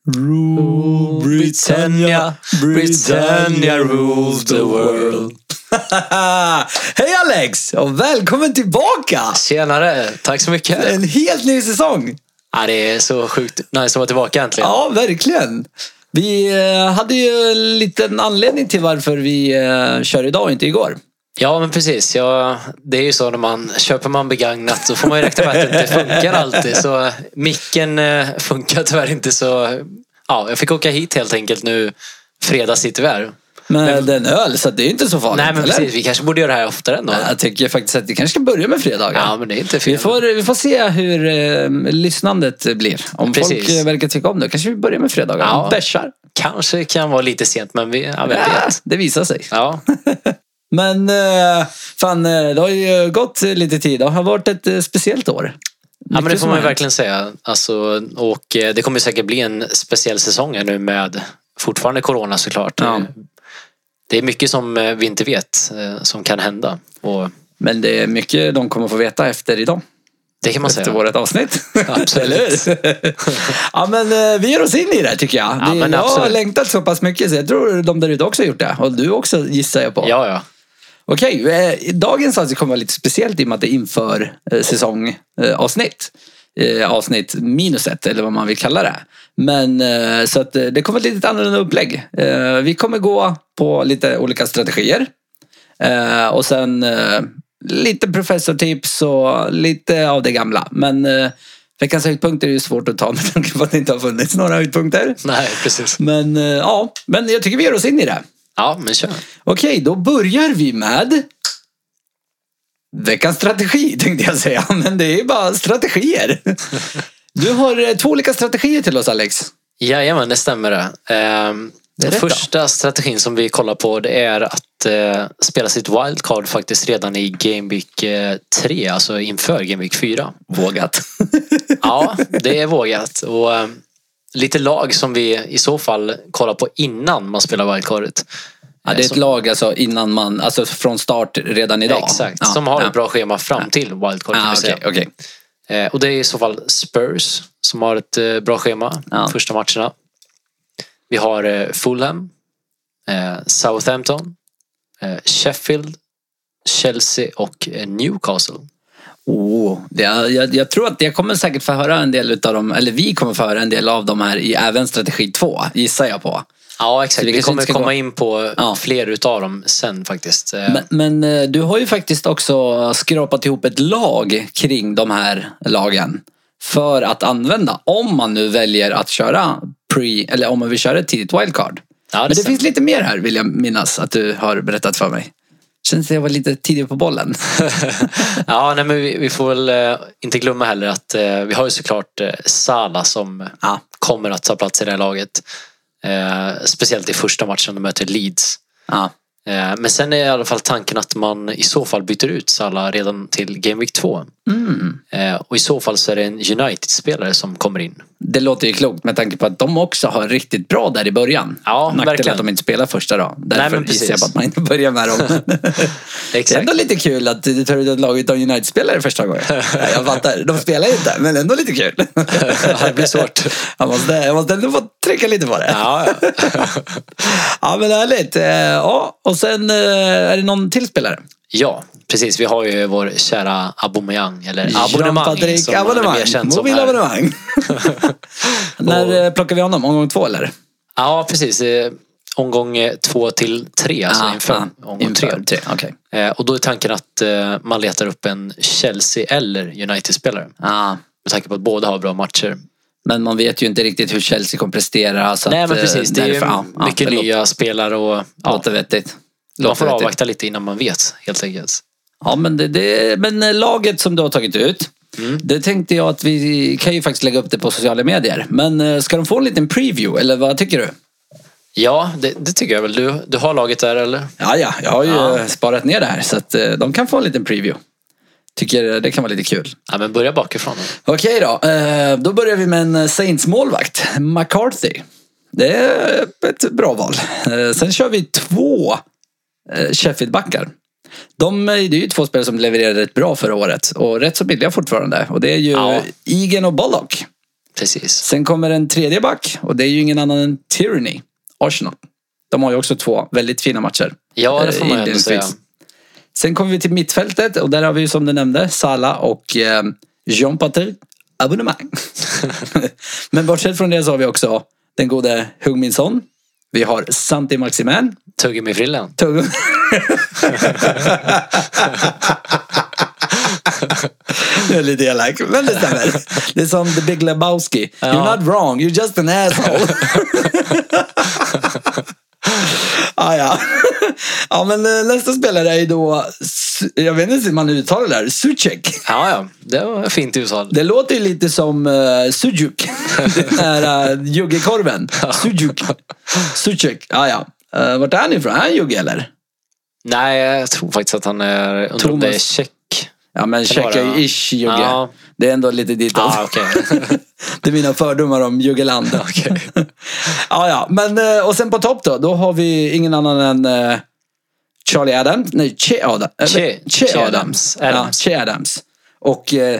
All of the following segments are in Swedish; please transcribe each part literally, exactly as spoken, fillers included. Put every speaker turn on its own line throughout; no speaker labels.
Rule Britannia, Britannia rules the world. Hej Alex, och välkommen tillbaka.
Senare, tack så mycket.
En helt ny säsong.
Ja, det är så sjukt nice att vara tillbaka äntligen.
Ja, verkligen. Vi hade ju en liten anledning till varför vi kör idag och inte igår.
Ja, men precis. Ja, det är ju så när man köper man begagnat så får man ju räkna med att det inte funkar alltid. Så micken funkar tyvärr inte, så ja, jag fick åka hit helt enkelt nu. Fredag sitter vi här.
Men, men det är en öl, så det är inte så farligt.
Nej, men
eller?
Precis. Vi kanske borde göra det här oftare ändå.
Jag tycker faktiskt att vi kanske ska börja med fredagar.
Ja, men det är inte fel.
Vi får, vi får se hur eh, lyssnandet blir. Om
precis.
folk verkar tycka om det, kanske vi börjar med fredagar.
Ja,
bärsar.
Kanske kan vara lite sent, men vi, ja,
ja, det visar sig.
Ja.
Men eh, fan, det har ju gått lite tid. Det har varit ett eh, speciellt år.
Ja, men det får man ju verkligen säga. Alltså, och eh, det kommer säkert bli en speciell säsong nu med fortfarande corona såklart.
Ja.
Det är mycket som vi inte vet eh, som kan hända. Och
men det är mycket de kommer få veta efter idag.
Det kan man
efter
säga.
Efter vårt avsnitt.
Absolut.
Ja, men eh, vi ger oss in i det tycker jag.
Ja,
det,
men
jag
absolut.
har längtat så pass mycket, så jag tror de där ute också har gjort det. Och du också, gissar jag på.
Ja, ja.
Okej, eh, dagens avsnitt kommer vara lite speciellt i och med att det inför eh, säsongavsnitt. Eh, avsnitt minus ett, eller vad man vill kalla det. Men eh, så att eh, det kommer ett lite annorlunda upplägg. Eh, vi kommer gå på lite olika strategier. Eh, och sen eh, lite professortips och lite av det gamla. Men eh, veckans höjdpunkter är ju svårt att ta med tanke på att det inte har funnits några höjdpunkter.
Nej, precis.
Men eh, ja, men jag tycker vi ger oss in i det.
Ja, men kör.
Okej, då börjar vi med veckans strategi, tänkte jag säga. Men det är bara strategier. Du har två olika strategier till oss, Alex.
Jajamän, det stämmer det. Ehm,
det
den första då? strategin som vi kollar på, det är att eh, spela sitt wildcard faktiskt redan i Game Week eh, tre, alltså inför Game Week fyra.
Vågat.
Ja, det är vågat. Och eh, lite lag som vi i så fall kollar på innan man spelar wildcardet.
Ja, det är ett lag alltså innan man, alltså från start redan idag.
Exakt,
ja,
som har
ja.
ett bra schema fram till wildcard.
Ja, okej, okej.
Eh, och det är i så fall Spurs som har ett eh, bra schema
ja.
första matcherna. Vi har eh, Fulham, eh, Southampton, eh, Sheffield, Chelsea och eh, Newcastle.
Oh, det, jag, jag tror att jag kommer säkert få höra en del utav dem, eller vi kommer få höra en del av dem här i även strategi två, gissar jag på.
Ja, exakt. Vi, vi kommer komma
gå...
in på ja. fler utav dem sen faktiskt.
Men, men du har ju faktiskt också skrapat ihop ett lag kring de här lagen för att använda om man nu väljer att köra pre, eller om man vill köra ett tidigt wildcard. Ja, det men det stämmer. Finns lite mer här, vill jag minnas att du har berättat för mig. Känns det jag var lite tidig på bollen.
Ja, nej, men vi, vi får väl eh, inte glömma heller att eh, vi har ju såklart eh, Salah som ja. kommer att ta plats i det här laget. Eh, speciellt i första matchen de möter Leeds.
Ja.
Eh, men sen är i alla fall tanken att man i så fall byter ut Salah redan till Game Week två.
Mm.
Eh, och i så fall så är det en United-spelare som kommer in.
Det låter ju klokt med tanke på att de också har riktigt bra där i början.
Ja,
verkligen. Att de inte spelar första då. Därför Nej, gissar jag på att man inte börjar med dem.
Exakt.
Det är ändå lite kul att du tar ut ett lag av United-spelare första gången. Jag fattar, de spelar ju inte, men ändå lite kul.
Ja, det blir svårt.
Jag måste, jag måste ändå få trycka lite på det.
Ja, ja.
Ja, men härligt. Ja, och sen är det någon till spelare.
Ja, precis. Vi har ju vår kära Aubameyang, eller abonnemang.
Jean-Patrick abonnemang. Mobilabonnemang. När plockar vi honom? Omgång två eller?
Ja, precis. Omgång två till tre. Alltså ah, inför ah, omgång inför tre.
tre. Okay.
Eh, och då är tanken att eh, man letar upp en Chelsea eller United-spelare.
Ah.
Med tanke på att båda har bra matcher.
Men man vet ju inte riktigt hur Chelsea kommer prestera. Så
Nej,
att,
men precis. Det är ju
ja,
mycket
ja,
nya låter, spelare och ja,
låter vettigt.
Låter man får vettigt. avvakta lite innan man vet, helt enkelt.
Ja, men, det, det, men laget som du har tagit ut, mm. det tänkte jag att vi kan ju faktiskt lägga upp det på sociala medier. Men ska de få en liten preview, eller vad tycker du?
Ja, det, det tycker jag väl. Du, du har laget där, eller?
Ja, ja. Jag har ju
ja.
sparat ner det här, så att de kan få en liten preview. Tycker det kan vara lite kul.
Ja, men börja bakifrån.
Okej då. Då börjar vi med en Saints målvakt, McCarthy. Det är ett bra val. Sen kör vi två Sheffield-backar. De, det är ju två spelare som levererade rätt bra förra året. Och rätt så billiga fortfarande. Och det är ju ja. Igen och Bullock.
Precis.
Sen kommer en tredje back och det är ju ingen annan än Tierney, Arsenal. De har ju också två väldigt fina matcher.
Ja, det får man ändå säga.
Sen kommer vi till mittfältet och där har vi ju som du nämnde Salah och eh, Jean-Patrick Abonnemang. Men bortsett från det så har vi också den gode Heung-min Son. Vi har Santi Maximin.
Tuggummi-frillen.
Tuggum. Det är lite elak, men det stämmer. Det är som The Big Lebowski. Ja. You're not wrong, you're just an asshole. ah, ja. Ja, men nästa spelare är ju då, jag vet inte hur man uttalar det där, Suchek.
Ja, ja, det var fint uttal.
Det låter ju lite som uh, Sujuk. Den här uh, juggekorven. Sujuk. Suchek, ja ja. Uh, vart är han ifrån? Är han jugge eller?
Nej, jag tror faktiskt att han är, undrar om det är tjeck.
Ja, men tjeck är ju ish jugge. Ja. Det är ändå lite ditåt.
Ah, okay.
Det är mina fördomar om juggeland.
Okay.
Ja, ja. Men, och sen på topp då, då har vi ingen annan än uh, Charlie Adams. Nej, Che, Adam,
che,
che, che Adams.
Adams. Adams.
Ja, Che Adams. Och uh,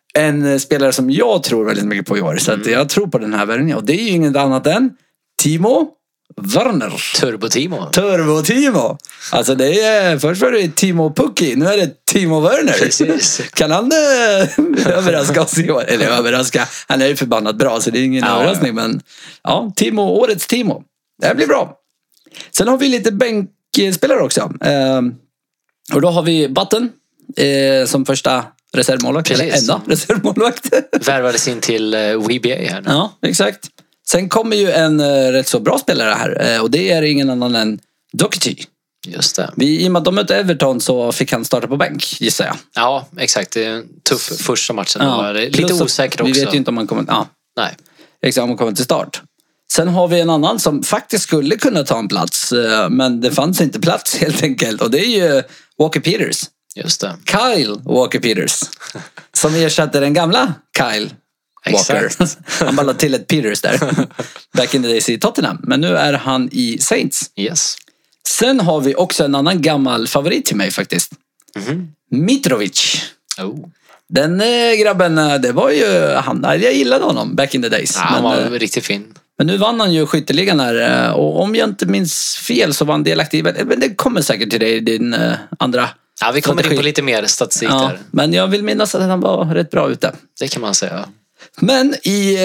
en spelare som jag tror väldigt mycket på i år. Så att jag tror på den här värvningen. Och det är ju inget annat än Timo Werner.
Turbo-Timo.
Turbo-Timo. Alltså det är, först var det Timo Pukki, nu är det Timo Werner.
Precis. Kan
han äh, överraska oss i år? Eller överraska, han är ju förbannat bra så det är ingen ja, överraskning. Ja. Men ja, Timo, årets Timo. Det här blir bra. Sen har vi lite bänkspelare också. Eh, och då har vi Button eh, som första reservmålvakt. Precis. Eller enda reservmålvakt.
Värvades in till uh, W B A här nu.
Ja, exakt. Sen kommer ju en uh, rätt så bra spelare här. Uh, och det är ingen annan än Doherty.
Just det.
Vi, I och med att de mötte Everton så fick han starta på bänk, gissar jag.
Ja, exakt. Det är en tuff första matchen. Ja. Lite osäker också.
Vi vet ju inte om man kommer, ja.
Nej.
Exakt, om man kommer till start. Sen har vi en annan som faktiskt skulle kunna ta en plats. Uh, men det fanns inte plats helt enkelt. Och det är ju Walker Peters.
Just det.
Kyle Walker Peters. Som ersatte den gamla Kyle Walker. Exakt. Han bara till ett Peters där. Back in the days i Tottenham. Men nu är han i Saints.
Yes.
Sen har vi också en annan gammal favorit till mig faktiskt.
Mm-hmm.
Mitrovic.
Oh.
Den äh, grabben, det var ju han. Jag gillade honom back in the days.
Ja, han var äh, riktigt fin.
Men nu vann han ju skytteligan här. Och om jag inte minns fel så var han delaktig. Men det kommer säkert till dig, din äh, andra.
Ja, vi kommer strategi. In på lite mer statistik ja, där.
Men jag vill minnas att han var rätt bra ute.
Det kan man säga.
Men i,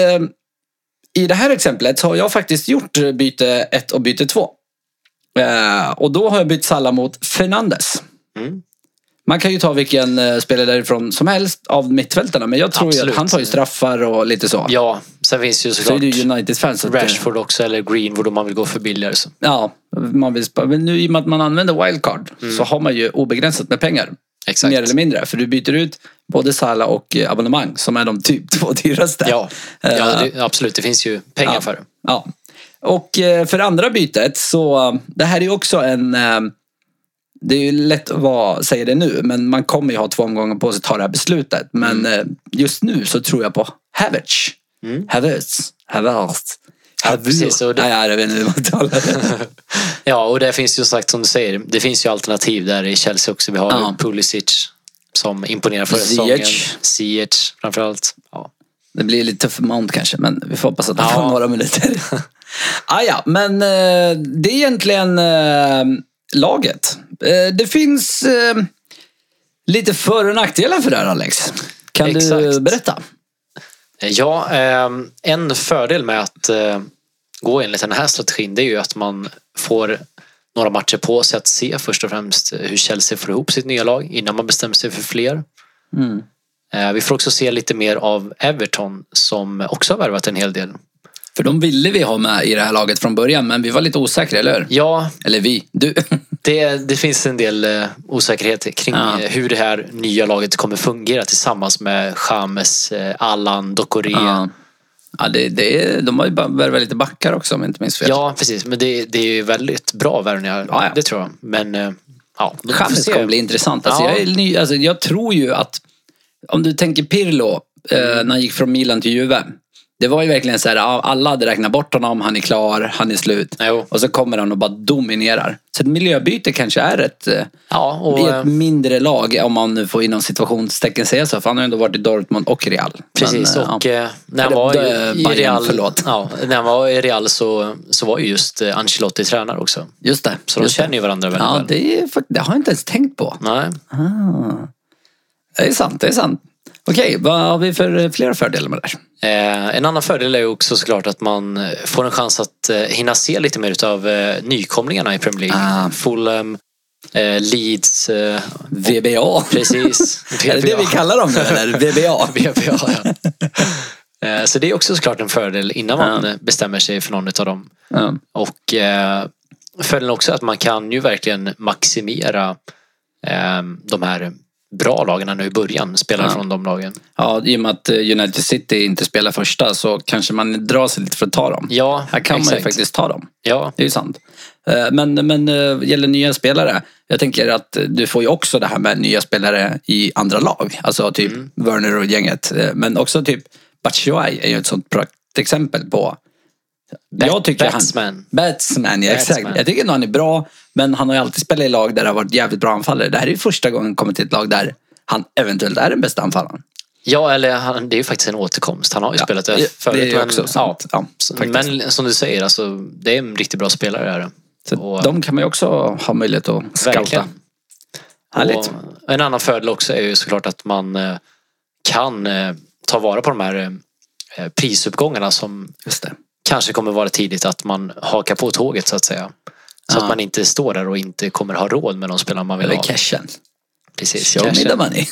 i det här exemplet så har jag faktiskt gjort byte ett och byte två. Och då har jag bytt Salah mot Fernandes.
Mm.
Man kan ju ta vilken spelare därifrån som helst av mittfältarna. Men jag tror Absolut. ju att han tar ju straffar och lite så.
Ja, sen finns ju såklart
så är det United-fans.
Rashford också eller Greenwood om man vill gå för billigare. Så.
Ja, man vill spara. Men nu i och med att man använder wildcard mm. så har man ju obegränsat med pengar.
Exakt.
Mer eller mindre. För du byter ut både Salah och abonnemang som är de typ två dyraste.
Ja, ja det, absolut. Det finns ju pengar
ja.
för det.
Ja. Och för andra bytet så det här är ju också en... Det är ju lätt att vara, säga det nu, men man kommer ju ha två omgångar på sig att ta det här beslutet. Men mm. just nu så tror jag på Havertz.
Mm.
Havertz. Havertz.
Ja, precis. Och det...
Nej, jag vet inte hur man talar det.
Ja, och det finns ju sagt som du säger, det finns ju alternativ där i Chelsea också. Vi har ja. Pulisic som imponerar för säsongen. Ziyech framförallt. Ja.
Det blir lite tuff mount kanske, men vi får hoppas att han får några minuter. ah, ja, men eh, det är egentligen eh, laget. Eh, det finns eh, lite för- och nackdelar för det här, Alex. Kan Exakt. du berätta?
Ja, eh, en fördel med att eh, gå enligt den här strategin, det är ju att man får några matcher på sig att se först och främst hur Chelsea får ihop sitt nya lag innan man bestämmer sig för fler.
Mm.
Eh, vi får också se lite mer av Everton som också har värvat en hel del.
För de ville vi ha med i det här laget från början, men vi var lite osäkra, eller hur?
Ja.
Eller vi, du.
det, det finns en del uh, osäkerhet kring ja. hur det här nya laget kommer fungera tillsammans med James, uh, Allan, Doucouré.
Ja, ja det, det är, de har ju bara värvat lite backar också om jag inte minns fel.
Ja, precis. Men det, det är ju väldigt bra värvningar, ja, ja. det tror jag. Men uh, ja,
James kommer bli intressant. Alltså, ja. jag, är ny, alltså, jag tror ju att om du tänker Pirlo, mm. uh, när han gick från Milan till Juve. Det var ju verkligen så här, alla hade räknat bort honom, han är klar, han är slut.
Jo.
Och så kommer han och bara dominerar. Så ett miljöbyte kanske är ett,
ja, och,
i ett mindre lag, om man nu får inom situationstecken säga så. För han har ju ändå varit i Dortmund och Real.
Precis,
Men,
och
ja.
när han var
Bayern,
i Real,
förlåt.
ja, när han var i Real så, så var ju just Ancelotti tränare också.
Just det.
Så de
just
känner
det.
ju varandra väldigt
ja,
väl.
Det, är, det har jag inte ens tänkt på.
Nej.
Ah. Det är sant, det är sant. Okej, vad har vi för flera fördelar med det här?
Eh, en annan fördel är ju också såklart att man får en chans att eh, hinna se lite mer utav eh, nykomlingarna i Premier League.
Ah.
Fulham, eh, Leeds. Eh,
V B A.
Precis.
Är det det vi kallar dem nu, eller? V B A.
V B A, ja. eh, så det är också såklart en fördel innan man
Ja.
bestämmer sig för någon av dem.
Ja.
Och eh, fördelen också att man kan ju verkligen maximera eh, de här bra lagarna nu i början, spelar
Ja.
från de lagen.
Ja, i och med att United City inte spelar första så kanske man drar sig lite för att ta dem.
Ja,
Här kan man
exakt.
ju faktiskt ta dem.
Ja,
Det är ju sant. Eh, Men, men eh, gäller nya spelare. Jag tänker att du får ju också det här med nya spelare i andra lag. Alltså typ
Mm.
Werner och gänget. Eh, Men också typ Batshuayi är ju ett sånt praktexempel på. Jag tycker
Batsman.
han... Batsman, ja
Batsman.
exakt. Jag tycker nog han är bra. Men han har ju alltid spelat i lag där det har varit jävligt bra anfallare. Det här är ju första gången han kommer till ett lag där han eventuellt är den bästa anfallaren.
Ja, eller han, det är ju faktiskt en återkomst. Han har ju
Ja,
spelat det
det-
förut.
det är ju
men,
också sant. Ja,
så-
faktiskt.
men som du säger, alltså, det är en riktigt bra spelare. Här.
Så
Och-
de kan man ju också ha möjlighet att scouta.
Verkligen.
Härligt.
Och en annan fördel också är ju såklart att man eh, kan eh, ta vara på de här eh, prisuppgångarna som
Just det.
kanske kommer vara tidigt, att man hakar på tåget så att säga. Så
Ja.
att man inte står där och inte kommer ha råd med de spelare man vill
Eller
ha.
cashen.
Precis,
Show me
cashen.
the money.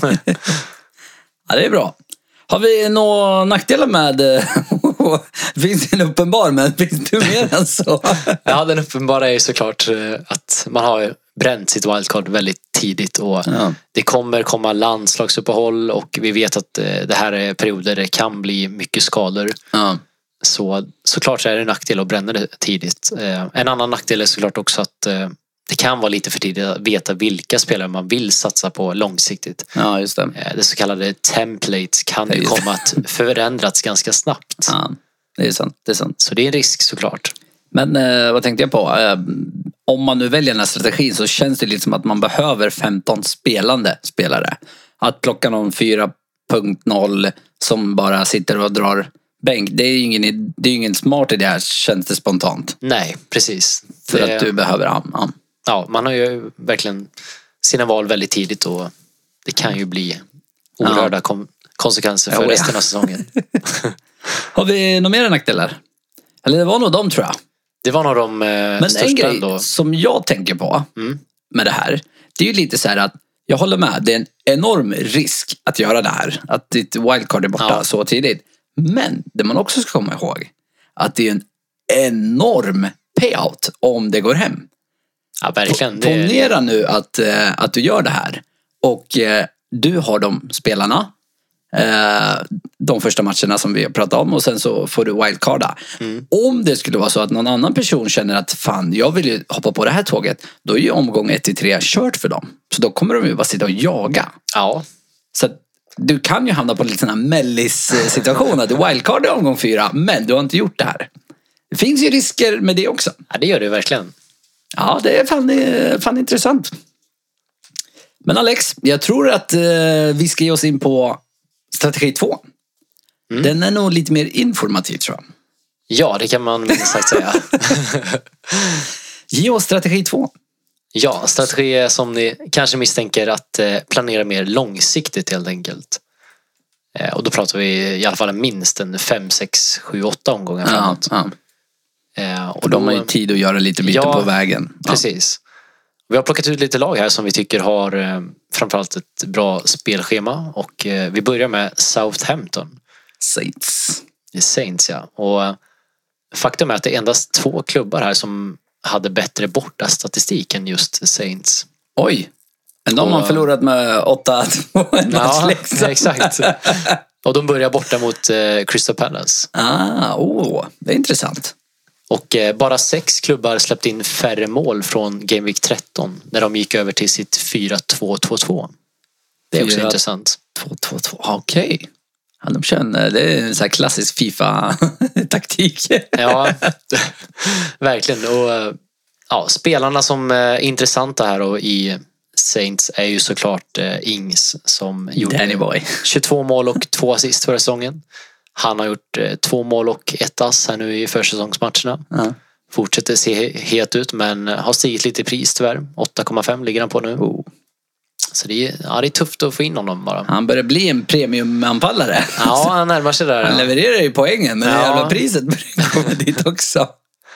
Ja, det är bra. Har vi några nackdelar med... finns det en uppenbar, men finns det mer än så?
Ja, den uppenbara är ju såklart eh, att man har bränt sitt wildcard väldigt tidigt och
Ja.
det kommer komma landslagsuppehåll och vi vet att eh, det här är perioder där det kan bli mycket skador.
Ja.
Så såklart så är det en nackdel att bränna det tidigt. Eh, en annan nackdel är såklart också att eh, det kan vara lite för tidigt att veta vilka spelare man vill satsa på långsiktigt.
Ja, just det.
Eh, det så kallade templates kan ju
Just det.
komma att förändras ganska snabbt.
Ja, det är sant. Det är sant.
Så det är en risk såklart.
Men eh, vad tänkte jag på? Eh, om man nu väljer den här strategin så känns det lite som att man behöver femton spelande spelare. Att plocka någon fyra punkt noll som bara sitter och drar bänk. Det är ju ingen, det är ingen smart idé här, känns det spontant.
Nej, precis.
För
Det-
att du behöver ja, ja.
Ja, man har ju verkligen sina val väldigt tidigt och det kan ju bli oerhörda kom- konsekvenser för
Ja, ja.
resten av säsongen.
Har vi några mer nackdelar? Eller det var nog de, tror jag.
Det var nog de eh,
Men en
största
grej
ändå.
som jag tänker på
Mm.
med det här, det är ju lite så här att jag håller med, det är en enorm risk att göra det här. Att ditt wildcard är borta
Ja.
så tidigt. Men det man också ska komma ihåg, att det är en enorm payout om det går hem.
Ja, verkligen. Det,
Ponera nu att, eh, att du gör det här och eh, du har de spelarna eh, de första matcherna som vi har pratat om och sen så får du wildcarda.
Mm.
Om det skulle vara så att någon annan person känner att fan, jag vill ju hoppa på det här tåget, då är ju omgång ett till tre kört för dem. Så då kommer de ju bara sitta och jaga.
ja,
Så att du kan ju hamna på en liten sån här mellis-situation att du wildcardar i omgång fyra, men du har inte gjort det här. Det finns ju risker med det också.
ja, det gör det verkligen.
Ja, det är fan, det är fan intressant. Men Alex, jag tror att eh, vi ska ge oss in på strategi två.
Mm.
Den är nog lite mer informativ, tror jag.
Ja, det kan man minst sagt säga.
Ge oss strategi två.
Ja, strategi är som ni kanske misstänker att eh, planera mer långsiktigt helt enkelt. Eh, och då pratar vi i alla fall minst en fem, sex, sju, åtta omgångar
Ja,
framåt.
ja.
Eh, och
Och de har ju tid att göra lite byten
Ja,
på vägen. Ja.
Precis. Vi har plockat ut lite lag här som vi tycker har eh, framförallt ett bra spelschema. Och eh, vi börjar med Southampton.
Saints.
Det är Saints, ja. Och eh, faktum är att det är endast två klubbar här som hade bättre borta statistik än just Saints.
Oj. Men de har
Och-
förlorat med åtta två.
Ja, exakt. Och de börjar borta mot eh, Crystal Palace.
Ah, oh, det är intressant.
Och eh, bara sex klubbar släppte in färre mål från Game Week tretton när de gick över till sitt fyra två två två. Det är också
Fyra-
intressant.
två två två. Okej. Ja, de kör en, det är en sån här klassisk FIFA-taktik.
Ja, verkligen. Och ja, spelarna som är intressanta här och i Saints är ju såklart Ings som gjorde
Danny Boy.
tjugotvå mål och två assist förra säsongen. Han har gjort två mål och ett ass här nu i försäsongsmatcherna.
Ja.
Fortsätter se het ut men har stigit lite i pris tyvärr. åtta komma fem ligger han på nu.
Oh.
Så det är, ja, det är tufft att få in honom bara.
Han börjar bli en premiumanfallare.
Ja, han närmar sig där.
Han
ja.
levererar ju poängen, men
Ja.
det jävla priset börjar komma dit också.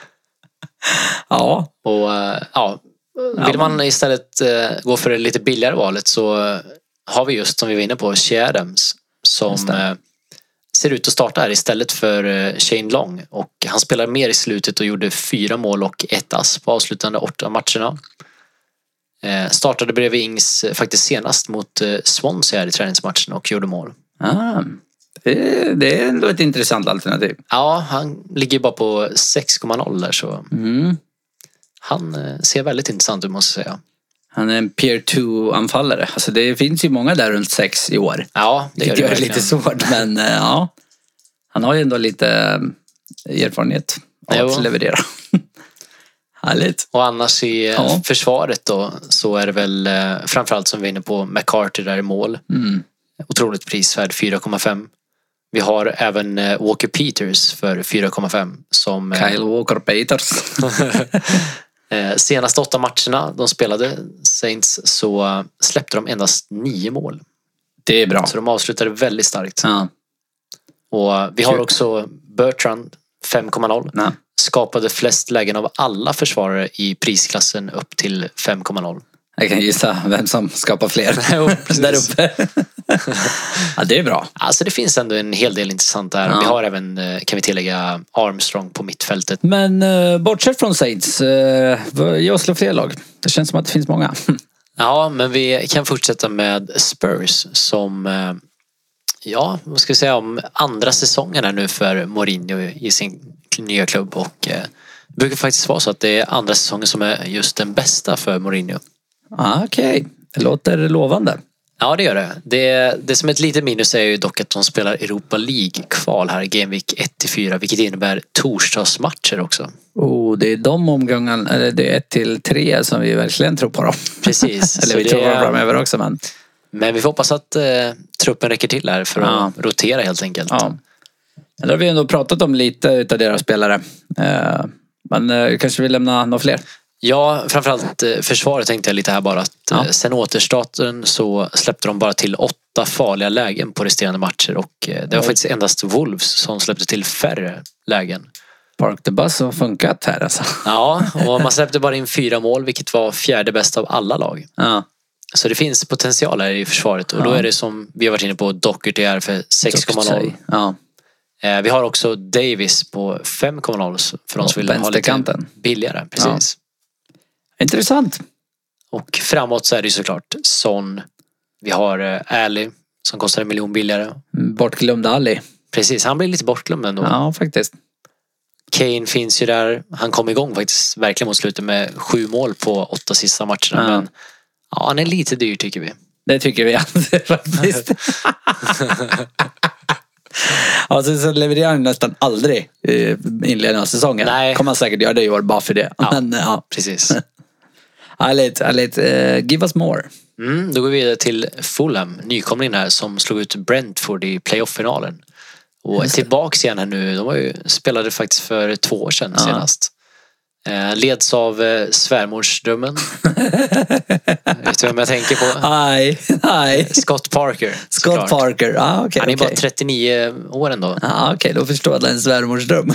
Ja.
Och ja, vill man istället gå för det lite billigare valet så har vi just som vi var inne på Shea Adams som ser ut att starta här istället för Shane Long. Och han spelar mer i slutet och gjorde fyra mål och ett ass på avslutande åtta matcherna. Startade bredvid Ings faktiskt senast mot Swansea här i träningsmatchen och gjorde mål.
Ah, det, är, det är ändå ett intressant alternativ.
Ja, han ligger bara på sex komma noll där så
Mm.
han ser väldigt intressant ut måste jag säga.
Han är en peer two anfallare. Alltså det finns ju många där runt sex i år.
Ja, det gör
det
det
gör det
verkligen.
lite svårt, men ja. Han har ju ändå lite erfarenhet av
Jo.
att leverera. Härligt.
Och annars i
Ja.
försvaret då så är det väl eh, framförallt som vi är inne på McCarthy där i mål.
Mm.
Otroligt prisvärd fyra komma fem. Vi har även eh, Walker Peters för fyra komma fem som eh,
Kyle Walker Peters.
eh, senaste åtta matcherna de spelade Saints så eh, släppte de endast nio mål.
Det är bra.
Så de avslutade väldigt starkt.
Ja.
Och eh, vi har
Kul.
också Bertrand fem komma noll.
Nej.
Skapade flest lägen av alla försvarare i prisklassen upp till fem komma noll.
Jag kan gissa vem som skapar fler.
Jo, precis.
Där uppe. Ja, det är bra.
Alltså det finns ändå en hel del intressant där.
Ja.
Vi har även, eh, kan vi tillägga, Armstrong på mittfältet.
Men uh, bortsett från Saints, uh, ge oss fler lag. Det känns som att det finns många.
Ja, men vi kan fortsätta med Spurs som, eh, ja, vad ska vi säga om andra säsongen här nu för Mourinho i sin nya klubb. Och eh, det brukar faktiskt vara så att det är andra säsongen som är just den bästa för Mourinho.
Ah, okej, okay. Det låter lovande.
Ja, det gör det. det. Det som är ett litet minus är ju dock att de spelar Europa League-kval här i Game Week ett till fyra, vilket innebär torsdagsmatcher också.
Oh, det är de omgångarna, eller det är ett till tre som vi verkligen tror på dem.
Precis.
Eller
Så
vi
det
tror på dem
är-
framöver också, men
Men vi får hoppas att eh, truppen räcker till här för
Ja.
att rotera helt enkelt.
ja. Eller har vi ändå pratat om lite utav deras spelare. Uh, men uh, kanske vi lämna några fler.
Ja, framförallt eh, försvaret tänkte jag lite här bara att
Ja.
eh, sen återstarten så släppte de bara till åtta farliga lägen på resterande matcher och eh, det var
Oj.
faktiskt endast Wolves som släppte till färre lägen.
Park the Bus har funkat här alltså.
Ja, och man släppte bara in fyra mål vilket var fjärde bäst av alla lag.
Ja.
Så det finns potential här i försvaret och då
Ja.
är det som vi har varit inne på Doherty är för sex komma noll.
Ja.
Eh, vi har också Davis på fem komma noll för de som vill ha lite
vänsterkanten.
billigare. Precis.
Intressant.
Och framåt så är det ju såklart Son. Vi har eh, Ali som kostar en miljon billigare.
Bortglömd Ali.
Precis, han blir lite bortglömd ändå.
Ja, faktiskt.
Kane finns ju där. Han kom igång faktiskt verkligen mot slutet med sju mål på åtta sista matcherna.
Ja.
Men ja, han är lite dyr tycker vi.
Det tycker vi alltså, faktiskt. Alltså så levererar han nästan aldrig i inledningen av säsongen.
Nej.
Kommer han säkert göra det i år bara för det.
Ja.
Men ja,
Precis.
ärligt, ärligt. Uh, give us more.
Mm, då går vi vidare till Fulham, nykomling här som slog ut Brentford i playoff-finalen. Och är tillbaks igen här nu. De var ju, spelade faktiskt för två år sedan
Ja.
senast. Eh, leds av eh, svärmorsdrömmen. Vet du vem jag tänker på?
Nej, nej.
Scott Parker.
Scott
såklart.
Parker. Ah, okay,
Han är
okay.
bara trettionio år ändå.
Ja, okej, okay, då förstår jag att det är en svärmorsdröm.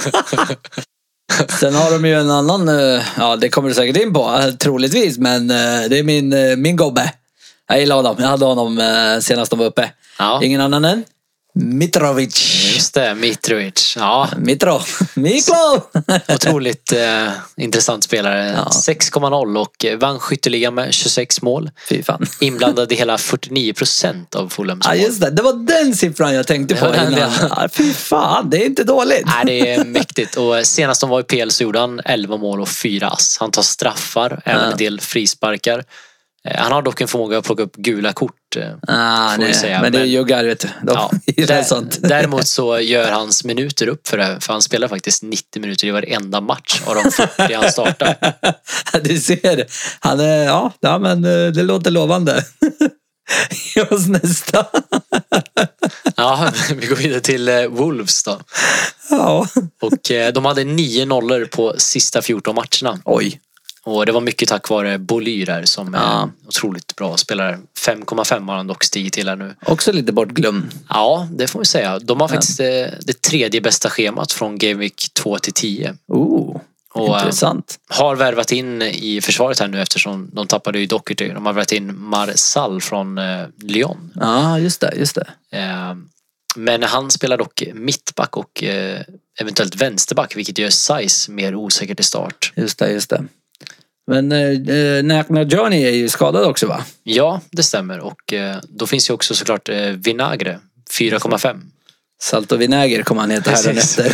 Sen har de ju en annan, eh, ja det kommer du säkert in på, eh, troligtvis, men eh, det är min, eh, min gobbe. Jag gillar honom, jag hade honom eh, senast de var uppe.
Ja.
Ingen annan än Mitrovic.
Just det, Mitrovic. Ja,
Mitro. Miklo!
otroligt eh, intressant spelare.
Ja.
sex komma noll och eh, vann skytteligan med tjugosex mål.
Fy fan.
Inblandad i hela fyrtionio procent av Fulhams
Ja
mål.
just det, det var den siffran jag tänkte på
Det var den,
innan.
ja.
Ja, fy fan, det är inte dåligt.
Nej, det är mäktigt. Och senast de var i P L så gjorde han elva mål och fyra ass. Han tar straffar, även
Ja.
en del frisparkar. Eh, Han har dock en förmåga att plocka upp gula kort gjort.
Ah, nej.
Säga.
Men det är ju juggar, vet du. De
Ja,
där, sånt.
Däremot så gör hans minuter upp för det. För han spelar faktiskt nittio minuter i varenda match av de fyrtio han startar.
Du ser, han är, ja, ja men det låter lovande. Hos nästa.
Ja, vi går vidare till Wolves då.
Ja.
Och de hade nio nollor på sista fjorton matcherna.
Oj.
Och det var mycket tack vare Boly där som ja. är otroligt bra spelare. fem komma fem har han dock stigit till här nu.
Också lite bortglömd.
Ja, det får vi säga. De har faktiskt
ja.
det tredje bästa schemat från Game Week två till tio.
Oh, och intressant.
Har värvat in i försvaret här nu eftersom de tappade ju Doherty. De har värvat in Marsal från eh, Lyon.
Ja, just det, just det.
Eh, men han spelar dock mittback och eh, eventuellt vänsterback, vilket gör size mer osäkert i start.
Just det, just det. Men eh, Nakna Johnny är ju skadad också, va?
Ja, det stämmer. Och eh, då finns ju också såklart eh, Vinagre, fyra komma fem.
Salt och vinäger kommer han heta här efter.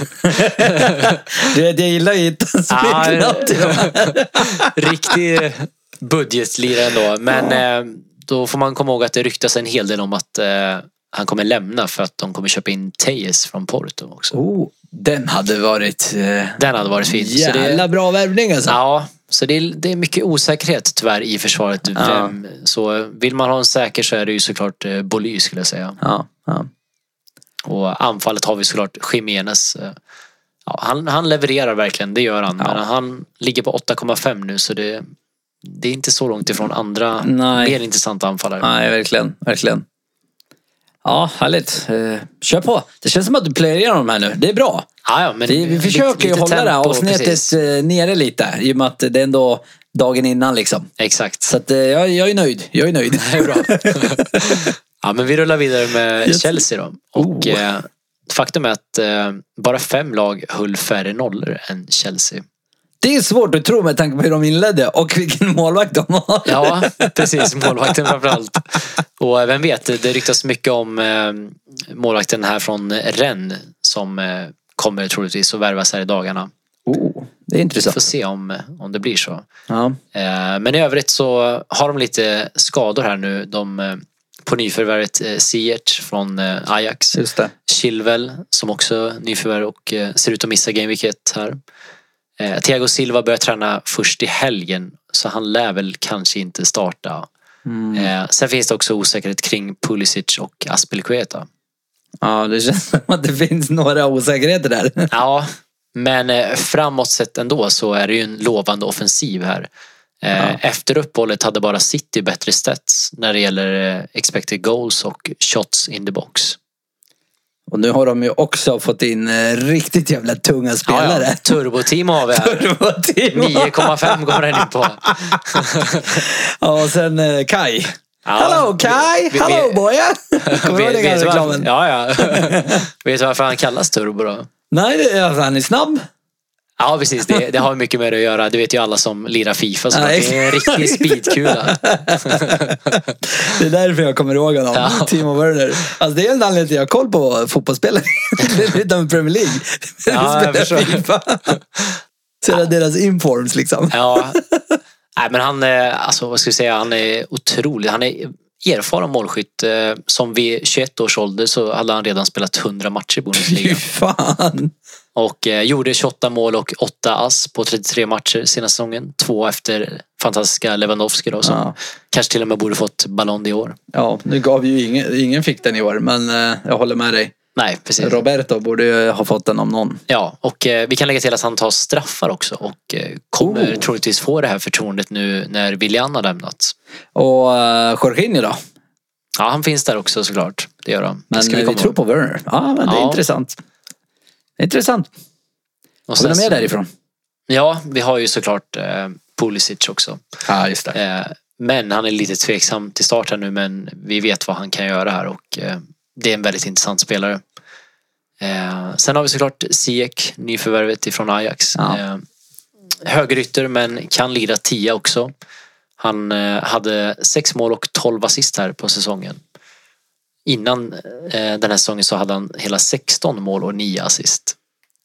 Du vet, jag gillar ju inte smeknamn till de här.
Riktig budgetlirare ändå. Men ja. eh, då får man komma ihåg att det ryktas en hel del om att eh, han kommer lämna för att de kommer köpa in Tejes från Porto också.
Oh, den hade varit... Eh,
den hade varit fin.
Jävla
så det,
bra värvning alltså.
Ja, så det är, det är mycket osäkerhet tyvärr i försvaret.
Ja.
Vem, så vill man ha en säker så är det ju såklart eh, Boly skulle jag säga.
Ja, ja.
Och anfallet har vi såklart Jiménez. Ja, han, han levererar verkligen, det gör han. Ja. Men han ligger på åtta komma fem nu så det, det är inte så långt ifrån andra Nej. mer intressanta anfallare.
Nej, verkligen, verkligen. Ja, härligt. Uh, kör på. Det känns som att du plöjer igenom de här nu. Det är bra.
Ja, ja, men
det, vi försöker ju hålla det här avsnittet uh, nere lite. I och med att det är ändå dagen innan liksom.
Exakt.
Så att, uh, jag, jag är nöjd. Jag är nöjd.
Det är bra. Ja, men vi rullar vidare med yes. Chelsea då. Och oh. eh, faktum är att eh, bara fem lag höll färre nollor än Chelsea.
Det är svårt att tro med tanke på hur de inledde och vilken målvakt de har.
Ja, precis. Målvakten framförallt. Och vem vet, det ryktas mycket om eh, målvakten här från Rennes som eh, kommer troligtvis att värvas här i dagarna.
Oh, det är intressant.
Vi får se om, om det blir så.
Ja.
Eh, men i övrigt så har de lite skador här nu. De... Eh, på nyförvärvet eh, Ziyech från eh, Ajax.
Just det.
Chilwell som också nyförvärv och eh, ser ut att missa Game Week ett här. Eh, Thiago Silva börjar träna först i helgen så han lär väl kanske inte starta. Mm. Eh, sen finns det också osäkerhet kring Pulisic och Aspilicueta.
Ja, det känns som att det finns några osäkerheter där.
Ja, men eh, framåt sett ändå så är det ju en lovande offensiv här. Ja. Efter uppehållet hade bara City bättre stats när det gäller expected goals och shots in the box.
Och nu har de ju också fått in riktigt jävla tunga spelare.
Ja, ja. Turbo-team har vi här.
Turbo-team.
nio komma fem går den in på.
Ja, och sen eh, Kai.
Ja.
Hello Kai!
Vi,
Hello
vi,
boya!
Vet, vet, varför, ja, ja. Vet du varför han kallas Turbo då?
Nej, det är, alltså, han är snabb.
Ja, precis. Det, det har mycket med det att göra. Det vet ju alla som lirar FIFA. Så det är en riktig speedkula.
Det är därför jag kommer ihåg honom. Ja. Timo Werner. Alltså det är en anledning till att jag har koll på fotbollsspelare. Utan Premier League.
Ja, jag förstår.
FIFA. Så är det deras informs liksom.
Ja. Nej, men han är, alltså vad ska jag säga, han är otrolig. Han är erfaren målskytt. Som vid tjugoett års ålder så hade han redan spelat hundra matcher i Bundesliga.
Fy fan.
Och eh, gjorde tjugoåtta mål och åtta ass på trettiotre matcher senaste säsongen. Två efter fantastiska Lewandowski då, som ja. kanske till och med borde fått Ballon d'Or.
Ja, nu gav ju ingen, ingen fick den i år, men eh, jag håller med dig.
Nej, precis.
Roberto borde ju ha fått den om någon.
Ja, och eh, vi kan lägga till att han tar straffar också och eh, kommer oh. troligtvis få det här förtroendet nu när Willian har lämnat.
Och uh, Jorginho då?
Ja, han finns där också såklart. Det gör han.
Men vi, vi tror på Werner. Ja, men det är ja. intressant. Intressant. Och sen, har vi med därifrån?
Ja, vi har ju såklart eh, Pulisic också.
Ja, just det.
Eh, men han är lite tveksam till start här nu, men vi vet vad han kan göra här och eh, det är en väldigt intressant spelare. Eh, sen har vi såklart Ziyech, nyförvärvet ifrån Ajax. Ja. Eh, högerytter men kan lida tia också. Han eh, hade sex mål och tolv assist här på säsongen. Innan eh, den här säsongen så hade han hela sexton mål och nio assist.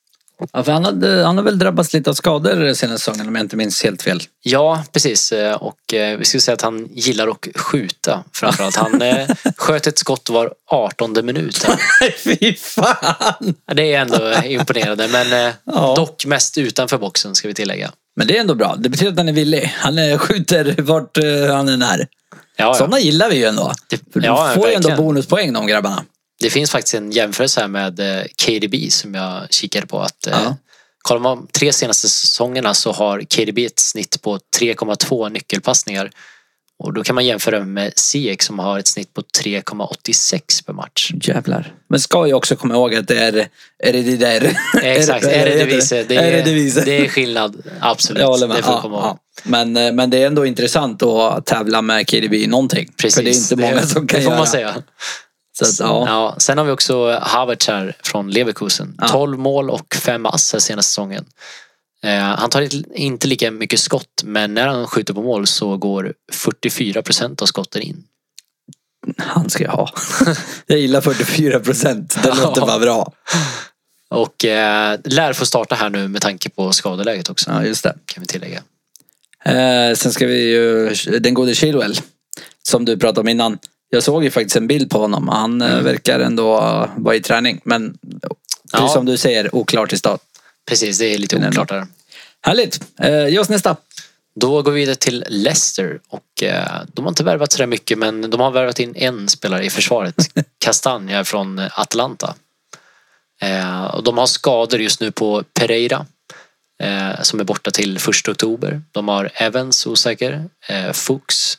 Ja, för han, hade, han har väl drabbats lite av skador den senaste säsongen om jag inte minns helt fel.
Ja, precis. Och eh, vi skulle säga att han gillar att skjuta. Framförallt. Han eh, sköt ett skott var artonde minut.
Fy fan!
Det är ändå imponerande. Men eh,
ja.
dock mest utanför boxen ska vi tillägga.
Men det är ändå bra. Det betyder att han är villig. Han är, skjuter vart uh, han är när.
Ja, ja.
Sådana gillar vi ju ändå.
Det,
För du
ja,
får ju
verkligen.
ändå bonuspoäng de grabbarna.
Det finns faktiskt en jämförelse här med eh, K D B som jag kikade på. Att, eh,
ja.
kollar man tre senaste säsongerna så har K D B ett snitt på tre komma två nyckelpassningar. Och då kan man jämföra med Ziyech som har ett snitt på tre komma åttiosex per match.
Jävlar. Men ska ju också komma ihåg att det är är det det där.
Exakt, är det det viset. Det är,
det viset.
det är skillnad, absolut.
Jag håller med.
Det får
Ja,
komma ihåg.
ja. Men, men det är ändå intressant att tävla med K D B i någonting.
Precis,
för det är inte många
det,
som kan
det får
göra.
man säga.
Så att, ja.
Ja, sen har vi också Havertz här från Leverkusen.
Ja.
tolv mål och fem ass här senaste säsongen. Eh, han tar inte lika mycket skott, men när han skjuter på mål så går fyrtiofyra procent av skotten in.
Han ska jag ha. Jag gillar fyrtiofyra procent. Det låter bara bra.
Och eh, lär få starta här nu med tanke på skadeläget också.
Ja, just det.
Kan vi tillägga.
Eh, sen ska vi ju den gode Chilwell som du pratade om innan. Jag såg ju faktiskt en bild på honom. Han mm. verkar ändå vara i träning. Men precis
Ja.
som du säger, oklart i start.
Precis, det är lite oklart där.
Härligt. Eh, ge oss nästa.
Då går vi vidare till Leicester. Och eh, de har inte värvat så där mycket, men de har värvat in en spelare i försvaret. Castagna från Atlanta. Eh, och de har skador just nu på Pereira. Eh, som är borta till första oktober. De har Evans osäker. Eh, Fuchs.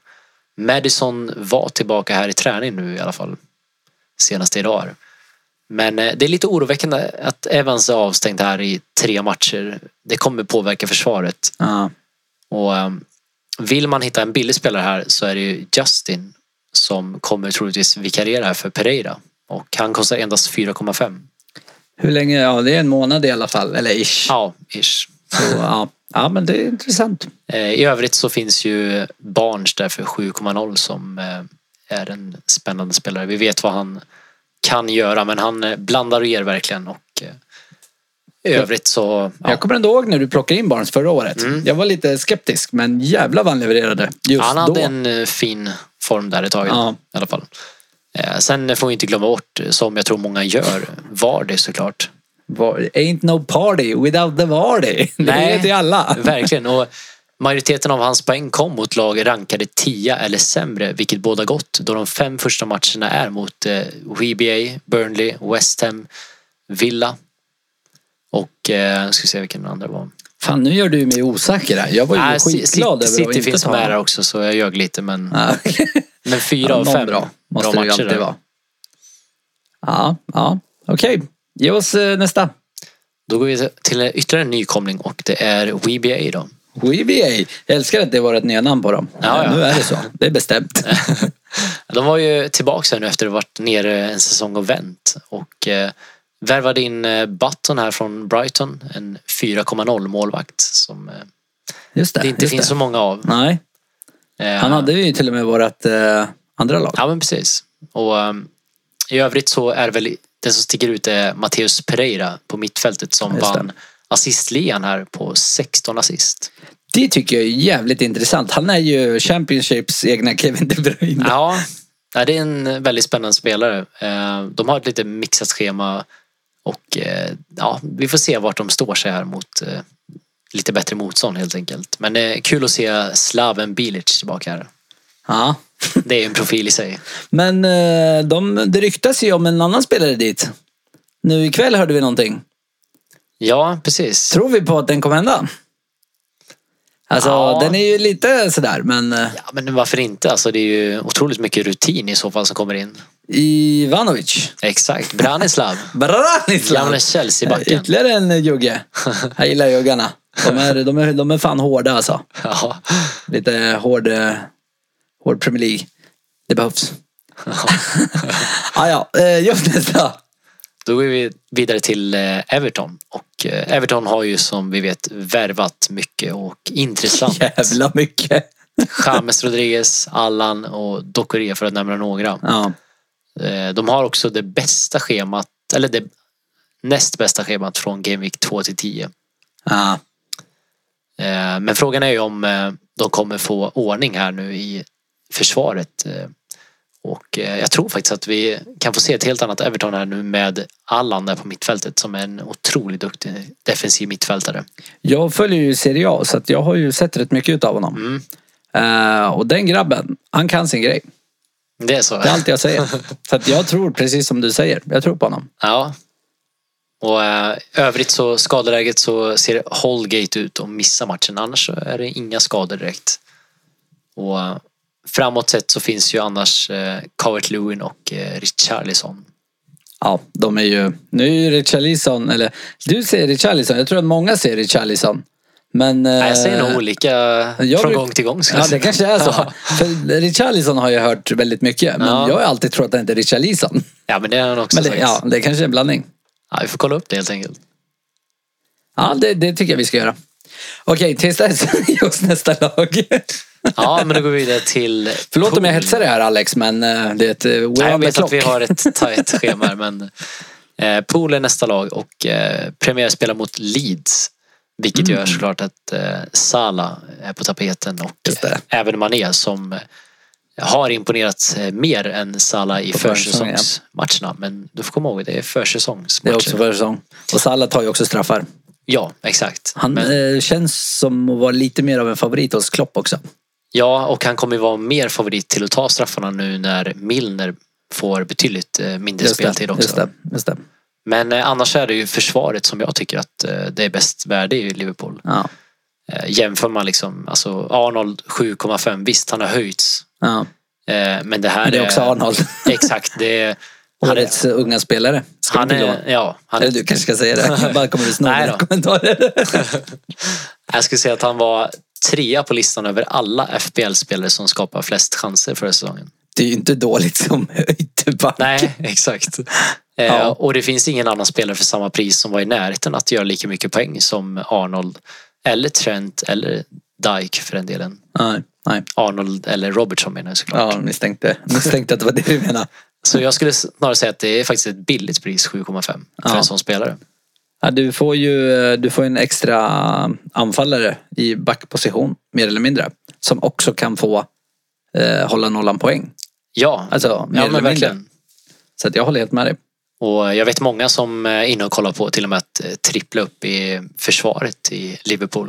Madison var tillbaka här i träning nu i alla fall. Senaste idag. Men eh, det är lite oroväckande att Evans är avstängd här i tre matcher. Det kommer påverka försvaret.
Ja.
Och eh, vill man hitta en billig spelare här så är det ju Justin som kommer troligtvis vikariera här för Pereira. Och han kostar endast fyra komma fem.
Hur länge? Ja, det är en månad i alla fall. Eller ish.
Ja, ish.
Så, ja. ja, men det är intressant.
Eh, I övrigt så finns ju Barnes där för sju komma noll som eh, är en spännande spelare. Vi vet vad han kan göra, men han eh, blandar och ger verkligen. Och eh, i övrigt så... Ja.
Jag kommer ändå ihåg när du plockade in Barnes förra året. Mm. Jag var lite skeptisk, men jävla vad han levererade just
Han hade
då.
en eh, fin form där ett tag
Ja.
i alla fall. Eh, sen får vi inte glömma bort, som jag tror många gör, var det såklart.
Ain't no party without the party. Det
Nej,
vet ju alla.
Verkligen. Och majoriteten av hans poäng kom mot lag rankade tio eller sämre, vilket båda gott. Då de fem första matcherna är mot eh, W B A, Burnley, West Ham, Villa. Och eh, ska vi se vilken den andra var.
Fan, nu gör du mig osäker här. Jag var ju
Nej,
skitglad
City,
över att
City
inte
finns
ta.
med där också, så jag ljög lite. Men,
Ja.
men fyra
Ja,
av
någon
fem
bra. Måste
bra
det ju
matcher
alltid
där.
vara. Ja, ja. Okej. Okay. Ge oss eh, nästa.
Då går vi till ytterligare en nykomling och det är W B A då.
W B A. Jag älskar att det var ett nya namn på dem.
Ja, ja.
Nu är det så. Det är bestämt.
De var ju tillbaka här nu efter att ha varit nere en säsong och vänt. Och eh, värvade in eh, Button här från Brighton. En fyra komma noll målvakt som eh,
Just det,
det inte
just
finns
det.
så många av.
Nej.
Eh,
Han hade ju till och med vårat eh, andra lag.
Ja, men precis. Och eh, i övrigt så är det väl den som sticker ut är Mateus Pereira på mittfältet som
Just det.
vann assistligan här på sexton assist.
Det tycker jag är jävligt intressant. Han är ju Championships egna Kevin De Bruyne.
Ja, det är en väldigt spännande spelare. De har ett lite mixat schema och ja, vi får se vart de står sig här mot lite bättre motstånd helt enkelt. Men det är kul att se Slaven Bilic tillbaka här.
Ja.
Det är en profil i sig.
Men de, det ryktas ju om en annan spelare dit. Nu ikväll hörde vi någonting.
Ja, precis.
Tror vi på att den kommer hända? Alltså,
Ja.
den är ju lite sådär, men...
Ja, men varför inte? Alltså, det är ju otroligt mycket rutin i så fall som kommer in.
Ivanovic.
Exakt, Branislav.
Branislav.
Gamla Chelsea-backen.
Ytterligare en jugge. Jag gillar juggarna. De är, de, är, de är fan hårda alltså.
Ja.
Lite hård, hård Premier League. Det behövs. ah, ja, eh, just nästa.
Då går vi vidare till Everton. Och Everton har ju som vi vet värvat mycket och intressant.
Jävla mycket.
James Rodriguez, Allan och Doucouré för att nämna några.
Ja.
De har också det bästa schemat, eller det näst bästa schemat från Game Week två till tio.
Ja.
Men frågan är ju om de kommer få ordning här nu i försvaret. Och jag tror faktiskt att vi kan få se ett helt annat Everton här nu med Allan där på mittfältet som är en otroligt duktig defensiv mittfältare.
Jag följer ju Serie A så att jag har ju sett rätt mycket av honom.
Mm.
Uh, och den grabben, han kan sin grej.
Det är så.
Det är allt jag säger. Så att jag tror precis som du säger. Jag tror på honom.
Ja. Och äh, övrigt så skadeläget så ser Holgate ut att missa matchen. Annars så är det inga skador direkt. Och äh, framåt sett så finns ju annars äh, Calvert-Lewin och äh, Richarlison.
Ja, de är ju... Nu är ju Richarlison, eller du säger Richarlison. Jag tror att många säger Richarlison. Men...
Nej, jag säger nog olika från
bruk...
gång till gång.
Ja, det kanske är så. Ja. För Richarlison har jag hört väldigt mycket. Men ja. Jag har alltid trott att det inte är Richarlison.
Ja, men det är han också
men det,
sagt.
Ja, det kanske är en blandning.
Ja, vi får kolla upp det helt enkelt.
Ja, det, det tycker jag vi ska göra. Okej, tills dess just nästa lag.
Ja, men då går vi vidare till...
Förlåt pool. Om jag hetsar det här, Alex, men det är ett...
Nej, jag vet att vi har ett tajt schema, men... Eh, pool är nästa lag och eh, premiär spelar mot Leeds. Vilket mm. gör såklart att eh, Salah är på tapeten och eh, även Mané som eh, har imponerat eh, mer än Salah i försäsongsmatcherna. Ja. Men du får komma ihåg, det är försäsongsmatcher.
Det är också försäsong. Och Salah tar ju också straffar.
Ja, exakt.
Han
Men,
eh, känns som att vara lite mer av en favorit hos Klopp också.
Ja, och han kommer ju vara mer favorit till att ta straffarna nu när Milner får betydligt eh, mindre
just
speltid
det,
också.
Just det, just det.
Men eh, annars är det ju försvaret som jag tycker att eh, det är bäst värde i Liverpool.
Ja.
Eh, jämför man liksom, alltså Arnold sju komma fem, visst han har höjts.
Ja.
Eh, men det här
men det är också Arnold.
Exakt, det är...
Årets unga spelare. Ska
han är, ja, han
Eller du kanske ska säga det. Bara kommer du snart några kommentarer.
Jag skulle säga att han var trea på listan över alla F P L-spelare som skapar flest chanser för säsongen.
Det är ju inte dåligt som ytterback.
Nej, exakt. Ja. Eh, och det finns ingen annan spelare för samma pris som var i närheten att göra lika mycket poäng som Arnold eller Trent eller Dijk för den delen.
Nej, nej.
Arnold eller Robertson menar jag såklart.
Ja, misstänkte, misstänkte att det var det du menade.
Så jag skulle snarare säga att det är faktiskt ett billigt pris, sju komma fem för ja. En sån spelare.
Ja, du får ju du får en extra anfallare i backposition, mer eller mindre. Som också kan få eh, hålla nollan poäng.
Ja,
alltså, mer
ja
eller
men verkligen.
Mindre. Så att jag håller helt med dig.
Och jag vet många som är inne och kollar på till och med att trippla upp i försvaret i Liverpool.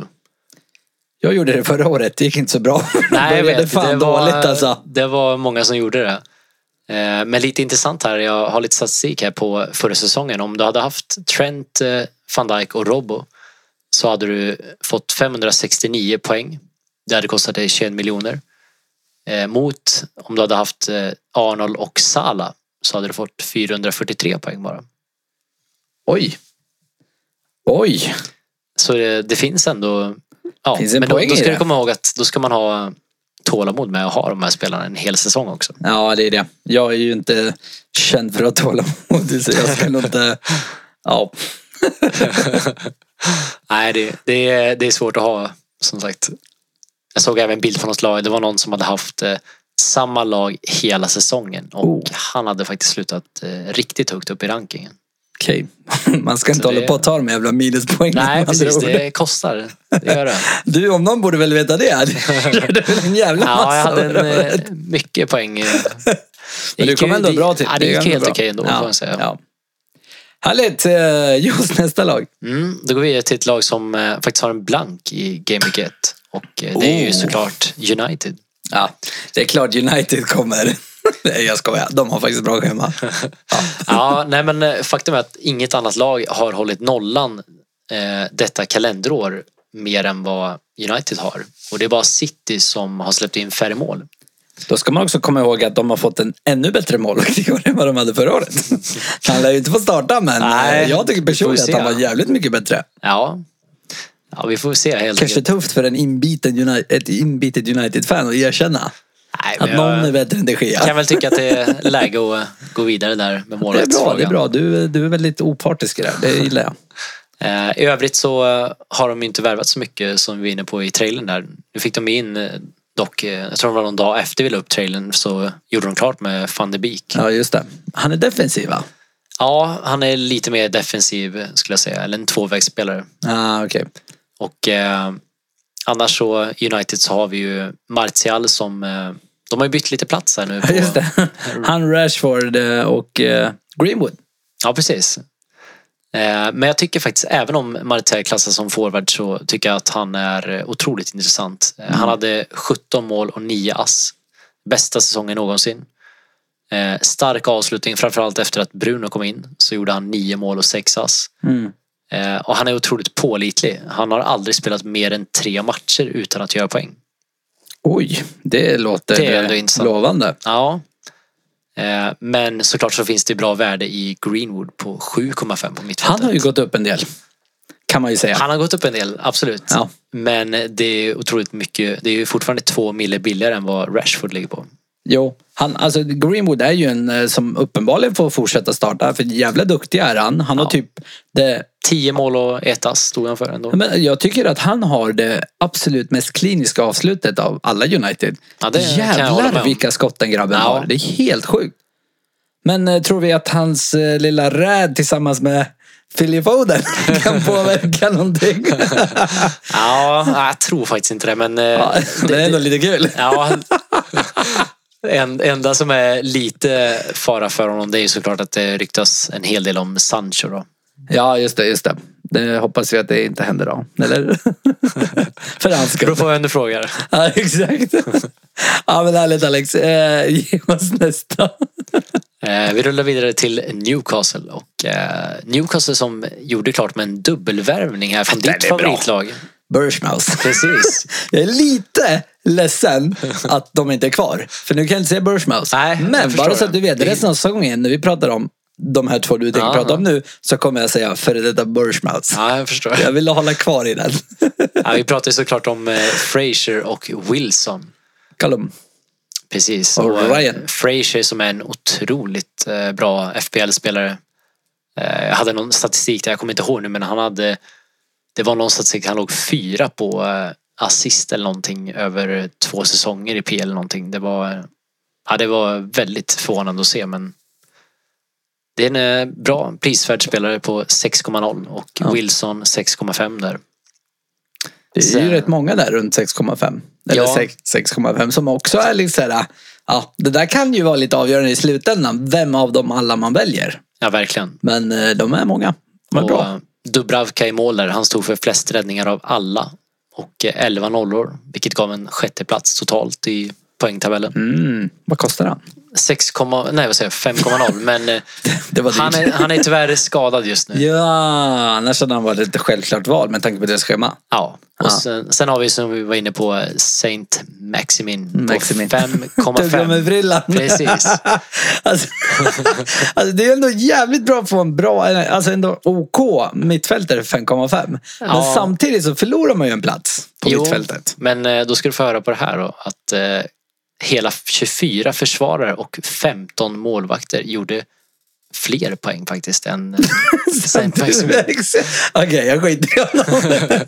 Jag gjorde det förra året, det gick inte så bra.
Nej, jag vet,
det, fan
det, var,
dåligt, alltså.
Det var många som gjorde det. Men lite intressant här, jag har lite statistik här på förra säsongen. Om du hade haft Trent, Van Dijk och Robbo så hade du fått femhundrasextionio poäng. Det hade kostat dig tjugoett miljoner. Mot om du hade haft Arnold och Salah så hade du fått fyrahundrafyrtiotre poäng bara.
Oj. Oj.
Så det, det finns ändå... Ja,
finns en
men då,
poäng
då ska
i
du
det.
komma ihåg att då ska man ha tålamod med att ha de här spelarna en hel säsong också.
Ja, det är det. Jag är ju inte känd för att ha tålamod, så jag ska nog inte... Ja.
Nej, det, det, är, det är svårt att ha, som sagt. Jag såg även en bild från något lag. Det var någon som hade haft eh, samma lag hela säsongen. Och oh. han hade faktiskt slutat eh, riktigt högt upp i rankingen.
Okej. Okay. Man ska inte så hålla det... på att ta de jävla minuspoäng.
Nej, precis. Det kostar. Det gör det.
Du, om någon borde väl veta det. Det är väl en jävla massa.
Ja, jag hade en, eh, mycket poäng.
Men du kom ändå bra till.
Ja, det gick helt okej ändå, ja, får man säga.
Ja. Härligt. Just nästa lag.
Mm, då går vi till ett lag som eh, faktiskt har en blank i Game Week ett. Och eh, det är ju såklart United.
Ja, det är klart United kommer. Nej, jag skojar. De har faktiskt bra schema.
Ja. Ja, nej men faktum är att inget annat lag har hållit nollan eh, detta kalenderår mer än vad United har. Och det är bara City som har släppt in färre mål.
Då ska man också komma ihåg att de har fått en ännu bättre målvakt än vad de hade förra året. Han lär ju inte få starta, men nej, jag tycker personligen att han var jävligt mycket bättre.
Ja. Ja, vi får se helt
kanske enkelt. Tufft för en inbiten United, ett inbitet United-fan att erkänna. Nej, att någon är bättre än det sker.
Jag kan väl tycka att det är läge att gå vidare där med målvaktsfrågan.
Det är bra, det är bra. Du, du är väldigt opartisk i det här. Det gillar jag.
I övrigt så har de inte värvat så mycket som vi var inne på i trailern där. Nu fick de in dock, jag tror det var någon dag efter vi la upp trailern så gjorde de klart med Van de Beek.
Ja, just det. Han är defensiv, va?
Ja, han är lite mer defensiv skulle jag säga. Eller en tvåvägsspelare.
Ah, okej. Okay.
Och eh, annars så United så har vi ju Martial som... Eh, de har ju bytt lite plats här nu. På,
just det. Han, Rashford och eh, Greenwood.
Ja, precis. Eh, men jag tycker faktiskt, även om Martial klassas som forward så tycker jag att han är otroligt intressant. Mm. Han hade sjutton mål och nio ass. Bästa säsongen någonsin. Eh, stark avslutning, framförallt efter att Bruno kom in så gjorde han nio mål och sex ass. Mm. Eh, och han är otroligt pålitlig. Han har aldrig spelat mer än tre matcher utan att göra poäng.
Oj, det låter det är lovande.
Ja. Eh, men såklart så finns det bra värde i Greenwood på sju komma fem på mittfältet.
Han har ju gått upp en del, kan man ju säga.
Han har gått upp en del, absolut.
Ja.
Men det är otroligt mycket. Det är ju fortfarande två mille billigare än vad Rashford ligger på.
Jo, han, alltså Greenwood är ju en som uppenbarligen får fortsätta starta. För jävla duktig är han. Han ja. har typ det...
Tio mål och ett ass stod han för ändå.
Men jag tycker att han har det absolut mest kliniska avslutet av alla United.
Ja, det
jävlar vilka skott den grabben ja. har. Det är helt sjukt. Men eh, tror vi att hans eh, lilla räd tillsammans med Phil Foden kan påverka någonting?
Ja, jag tror faktiskt inte det. Men, eh,
ja, det, det är ändå lite kul.
Ja, en, enda som är lite fara för honom det är såklart att det ryktas en hel del om Sancho då.
Ja, just det, just det. Det hoppas vi att det inte händer då. Eller? För hans skull.
Då får jag ändå fråga.
Ja, exakt. Ja, men härligt Alex. Eh, ge oss nästa.
eh, vi rullar vidare till Newcastle. Och eh, Newcastle som gjorde klart med en dubbelvärvning här från ditt favoritlag.
Bushmouse.
Precis.
Jag är lite ledsen att de inte är kvar. För nu kan jag inte säga Bushmouse.
Nej,
men bara så att du vet, resten av säsongen när vi pratar om de här två du tänker prata om nu så kommer jag säga före detta Bushmouse.
Ja, jag förstår.
Jag vill hålla kvar i den.
Ja, vi pratar ju såklart om eh, Fraser och Wilson.
Callum.
Precis.
Och, och Ryan.
Fraser som är en otroligt eh, bra F P L-spelare. Eh, jag hade någon statistik där, jag kommer inte ihåg nu, men han hade det var någon statistik, han låg fyra på eh, assist eller någonting över två säsonger i P L eller någonting. Det var, ja, det var väldigt förvånande att se, men det är en bra prisvärd spelare på sex komma noll och ja. Wilson sex komma fem där.
Det är ju så, rätt många där runt sex komma fem. Eller
ja.
sex komma fem som också är liksom såhär, ja, det där kan ju vara lite avgörande i slutändan. Vem av dem alla man väljer.
Ja, verkligen.
Men de är många. De är
och
bra.
Dubravka i mål där. Han stod för flest räddningar av alla. Och elva nollor. Vilket gav en sjätte plats totalt i poängtabellen.
Mm. Vad kostar han?
sex, nej vad säger jag, fem komma noll. Men
det var
han, är, han är tyvärr skadad just nu.
Ja, annars hade han varit ett självklart val med tanke på deras schema.
Ja, och ja. Sen, sen har vi som vi var inne på Saint Maximin
Maximin.
fem komma fem.
med brillan.
Precis.
alltså, alltså det är ändå jävligt bra att få en bra, alltså ändå OK mittfältare fem komma fem. Men ja. Samtidigt så förlorar man ju en plats på jo, mittfältet.
Men då ska du få höra på det här då, att eh, hela tjugofyra försvarare och femton målvakter gjorde fler poäng faktiskt än Saint Maximin.
Okej, okay, jag skiter i honom.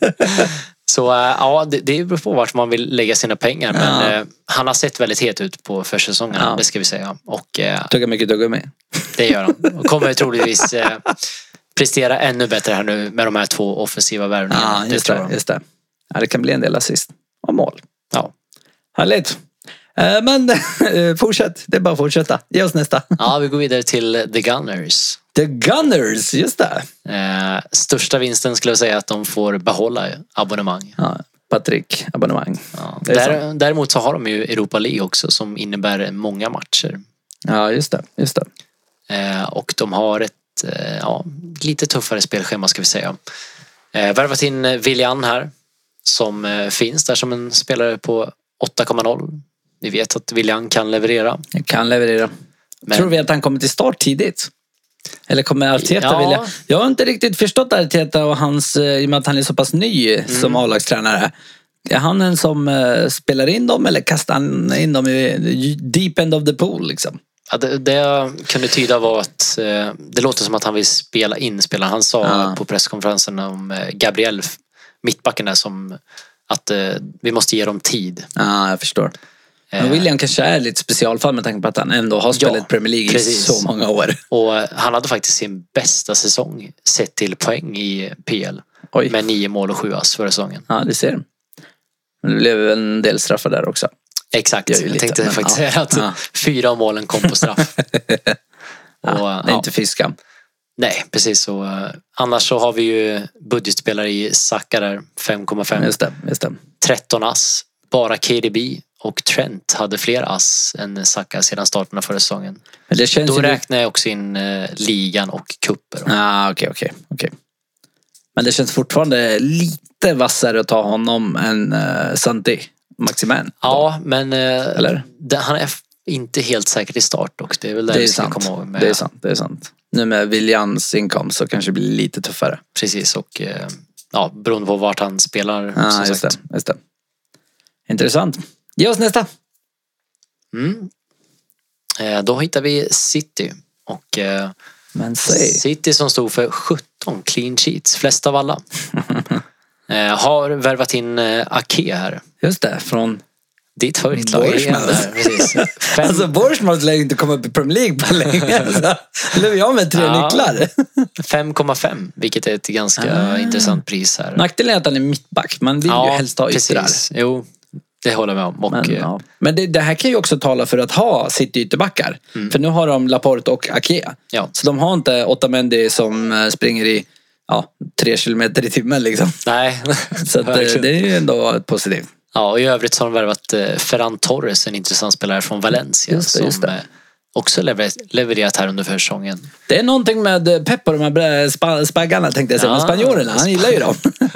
Så ja, det, det beror på vart man vill lägga sina pengar. Men ja. eh, han har sett väldigt het ut på försäsongen, ja. Det ska vi säga. Och eh,
tugga mycket tuggummi.
Det gör han. Och kommer troligtvis eh, prestera ännu bättre här nu med de här två offensiva värvningarna.
Ja, just det, det, just det. Ja, det kan bli en del assist och mål.
Ja.
Härligt. Men fortsätt, det är bara att fortsätta. Ge oss nästa.
Ja, vi går vidare till The Gunners.
The Gunners, just det.
Eh, största vinsten skulle jag säga att de får behålla abonnemang.
Ja, Patrick, abonnemang.
Ja, där, däremot så har de ju Europa League också som innebär många matcher.
Ja, just det. Just det.
Eh, och de har ett eh, ja, lite tuffare spelschema ska vi säga. Eh, värvat in Willian här som eh, finns där som en spelare på åtta komma noll. Vi vet att Willian kan leverera.
Kan leverera. Men... Tror vi att han kommer till start tidigt? Eller kommer Arteta ja. vilja? Jag har inte riktigt förstått Arteta och hans, i och med att han är så pass ny mm. som A-lagstränare. Är han en som uh, spelar in dem eller kastar han in dem i deep end of the pool liksom?
Ja, det, det jag kunde tyda var att uh, det låter som att han vill spela in spelaren. Han sa ja. på presskonferensen om uh, Gabriel, mittbacken där, som att uh, vi måste ge dem tid.
Ja, jag förstår. Men William kanske är lite specialfall med tanke på att han ändå har spelat
Ja,
Premier League
precis.
i så många år.
Och han hade faktiskt sin bästa säsong sett till poäng i P L.
Oj.
Med nio mål och sju ass förra säsongen.
Ja, det ser. Men det blev en del straffar där också.
Exakt,
Gör ju
jag
lite,
tänkte
men
faktiskt
ja.
säga att
Ja.
fyra av målen kom på straff.
Ja,
Och,
det är
ja.
inte fiskam.
Nej, precis så. Uh, annars så har vi ju budgetspelare i Saka där, fem komma fem.
Just det, just det.
tretton ass. Bara K D B och Trent hade fler ass än Saka sedan starten av förra säsongen.
Men det känns
Då
ju...
räknar jag också in uh, ligan och cuper.
Ah, okej, okej, okej. Men det känns fortfarande lite vassare att ta honom än uh, Santi Maximan.
Ja, men uh,
Eller?
Det, han är f- inte helt säker i start och det är väl det,
Det är
vi ska
sant.
komma ihåg med.
Det är sant, det är sant. Nu med Williams inkomst så kanske det blir lite tuffare.
Precis, och uh, ja, beroende på vart han spelar.
Ja,
som
ah, just
sagt.
det, just det. Intressant. Ge oss nästa.
Mm. Eh, då hittar vi City. Och eh,
Men säg.
City som stod för sjutton clean sheets, flest av alla. eh, har värvat in eh, Ake här.
Just det, från...
Ditt favoritlag igen
Bournemouth.
där. Precis. Fem,
Alltså Bournemouth lär ju inte komma upp i Premier League på länge. Alltså, nu är jag med tre
Ja.
nycklar.
fem komma fem, vilket är ett ganska
Ah.
intressant pris här.
Nackdelen är att han är mittback. Man vill ju helst ha yttrar.
precis. Jo, det håller jag med om. Och,
Men,
eh,
ja. Men det, det här kan ju också tala för att ha City ytterbackar.
Mm.
För nu har de Laporte och Ake.
ja.
Så de har inte Otamendi som eh, springer i ja, tre kilometer i timmen liksom.
Nej,
Så att, eh,
verkligen.
det är ju ändå positivt.
Ja, och i övrigt så har de värvat eh, Ferran Torres, en intressant spelare från Valencia.
Just det, just det.
Som eh, också lever- levererat här under försäsongen.
Det är någonting med eh, Pep och de här brä- spa, spaggarna tänkte jag säga. Men
Ja.
spanjorerna, han gillar ju dem.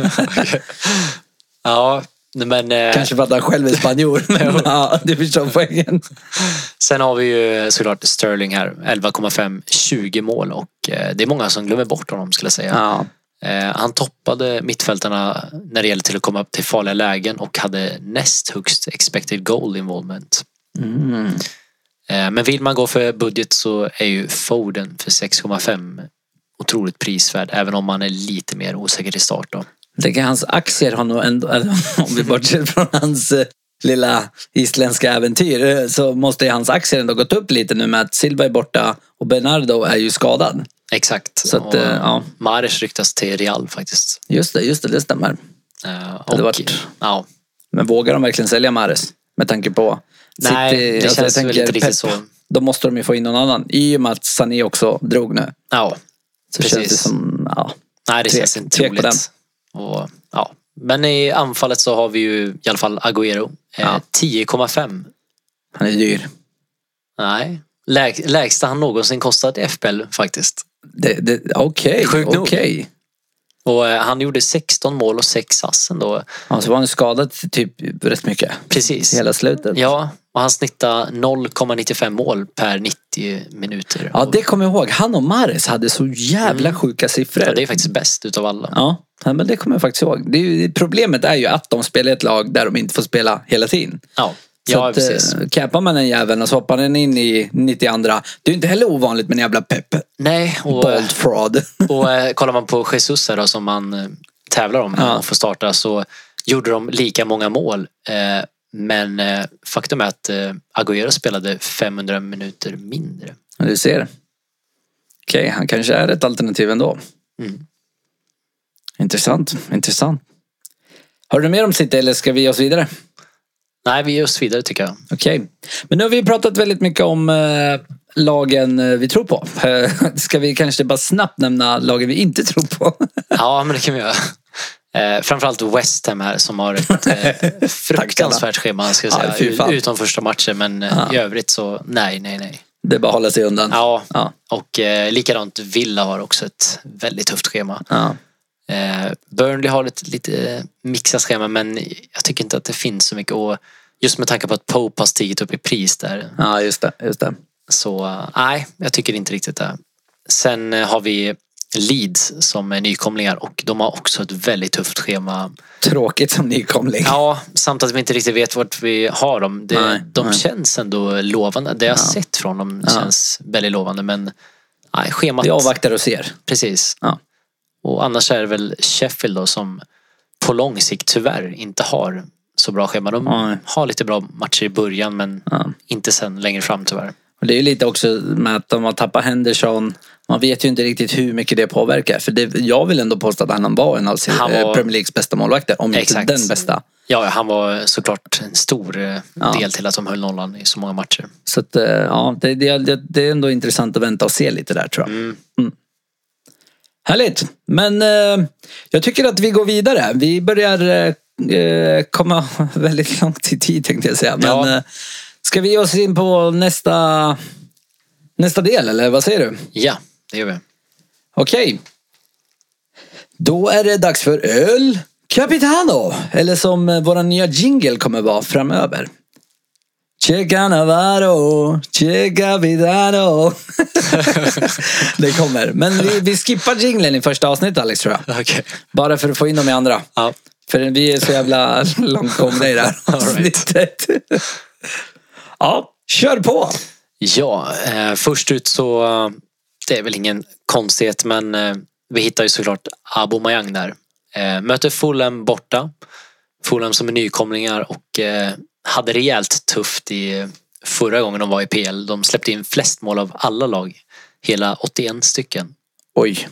Ja, men eh,
Kanske för att han själv är spanjor. Men, ja, du förstår poängen.
sen har vi ju såklart Sterling här, elva komma fem, tjugo mål och eh, det är många som glömmer bort honom skulle jag säga.
Ja.
Eh, han toppade mittfältarna när det gäller till att komma upp till farliga lägen och hade näst högst expected goal involvement.
Mm.
Eh, men vill man gå för budget så är ju Foden för sex komma fem otroligt prisvärd, även om man är lite mer osäker i start då.
Jag tänker hans aktier har nog ändå, om vi bortser från hans eh, lilla isländska äventyr, eh, så måste ju hans aktier ändå gått upp lite nu med att Silva är borta och Bernardo är ju skadad.
Exakt.
Så att,
och,
eh, ja.
Mahrez ryktas till Real faktiskt.
Just det, just det, det stämmer.
Eh, och,
hade varit-
ja,
Men vågar de verkligen sälja Mahrez? Med tanke på
nej,
City,
det
alltså,
känns
jag
väl
tänker
inte riktigt
Pep,
så.
då måste de ju få in någon annan. I och med att Sané också drog nu.
Ja,
Så
precis.
känns det som, ja.
Nej, det
Tvek-
känns inte
tvek på
troligt. Och, ja. Men i anfallet så har vi ju i alla fall Agüero. Eh,
Ja.
tio komma fem.
Han är dyr.
Nej. Läg, lägsta han någonsin kostat i F P L faktiskt.
Det, det, okej,
Sjukt nog.
okej.
Och eh, han gjorde sexton mål och sex ass ändå.
Ja, så var han skadad typ rätt mycket.
Precis.
Hela slutet.
Ja, och han snittade noll komma nittiofem mål per nittio minuter.
Ja, det kommer jag ihåg. Han och Mahrez hade så jävla
Mm.
sjuka siffror.
Ja, det är faktiskt bäst utav alla.
Ja, ja, men det kommer jag faktiskt ihåg. Det är ju, problemet är ju att de spelar i ett lag där de inte får spela hela tiden.
Ja,
Så
ja
att,
precis.
eh, cappar man en jävel och så hoppar den in i nittiotvå. Det är ju inte heller ovanligt med en jävla pepp.
Nej, och,
Bold fraud.
och eh, kollar man på Jesus här då, som man eh, tävlar om
Ja.
och får starta, så gjorde de lika många mål. Eh, men eh, faktum är att eh, Agüero spelade femhundra minuter mindre.
Ja, du ser. Okej, han kanske är ett alternativ ändå.
Mm.
Intressant, intressant. Har du mer om City eller ska vi ge oss vidare?
Nej, vi ger oss vidare tycker jag.
Okej. Men nu har vi pratat väldigt mycket om eh, lagen eh, vi tror på. Eh, ska vi kanske bara snabbt nämna lagen vi inte tror på?
Ja, men det kan vi göra. Eh, framförallt West Ham här som har ett eh, fruktansvärt schema ska jag säga.
Ja, fy fan.
Utom första matchen, men eh,
Ja.
i övrigt så nej, nej, nej.
Det är bara att hålla sig undan.
Ja,
Ja.
och eh, likadant Villa har också ett väldigt tufft schema.
Ja.
Eh, Burnley har ett lite mixat schema, men jag tycker inte att det finns så mycket. Och just med tanke på att Pope har stigit upp i pris där.
Ja, just det, just det.
Så eh, nej, jag tycker inte riktigt det. Sen eh, har vi Leeds som är nykomlingar och de har också ett väldigt tufft schema.
Tråkigt som nykomling.
Ja, samt att vi inte riktigt vet vart vi har dem. Det,
Nej,
de
nej.
känns ändå lovande. Det jag har
Ja.
sett från dem
Ja.
känns väldigt lovande, men nej, schemat.
Vi avvaktar och ser.
Precis.
Ja.
Och annars är det väl Sheffield då som på lång sikt tyvärr inte har så bra schema. De
Nej.
har lite bra matcher i början men
Ja.
inte sen längre fram tyvärr.
Och det är ju lite också med att de har tappat Henderson. Man vet ju inte riktigt hur mycket det påverkar. För det, jag vill ändå påstå att han var en av
Han var-
Premier Leagues bästa målvakter. Om
Exakt.
inte den bästa.
Ja, han var såklart en stor eh,
Ja.
del till att de höll nollan i så många matcher.
Så att, eh, ja, det, det, det, det är ändå intressant att vänta och se lite där tror jag.
Mm.
Härligt. Men eh, jag tycker att vi går vidare. Vi börjar eh, komma väldigt långt i tid tänkte jag säga. Men
Ja.
eh, ska vi ge oss in på nästa, nästa del eller vad säger du?
Ja, det gör vi.
Okej. Då är det dags för öl Capitano. Eller som eh, våra nya jingle kommer vara framöver. Che Cannavaro, Che Capitano. Det kommer. Men vi, vi skippar jinglen i första avsnittet Alex tror jag.
Okej.
Bara för att få in dem i andra.
Ja.
För vi är så jävla långt gångna i det här
All right.
avsnittet. Ja, kör på.
Ja, eh, först ut så eh, det är väl ingen konstighet men eh, vi hittar ju såklart Aubameyang där. Eh, möter Fulham borta. Fulham som är nykomlingar och eh, hade rejält tufft i förra gången de var i P L. De släppte in flest mål av alla lag. Hela åttioen stycken.
Oj.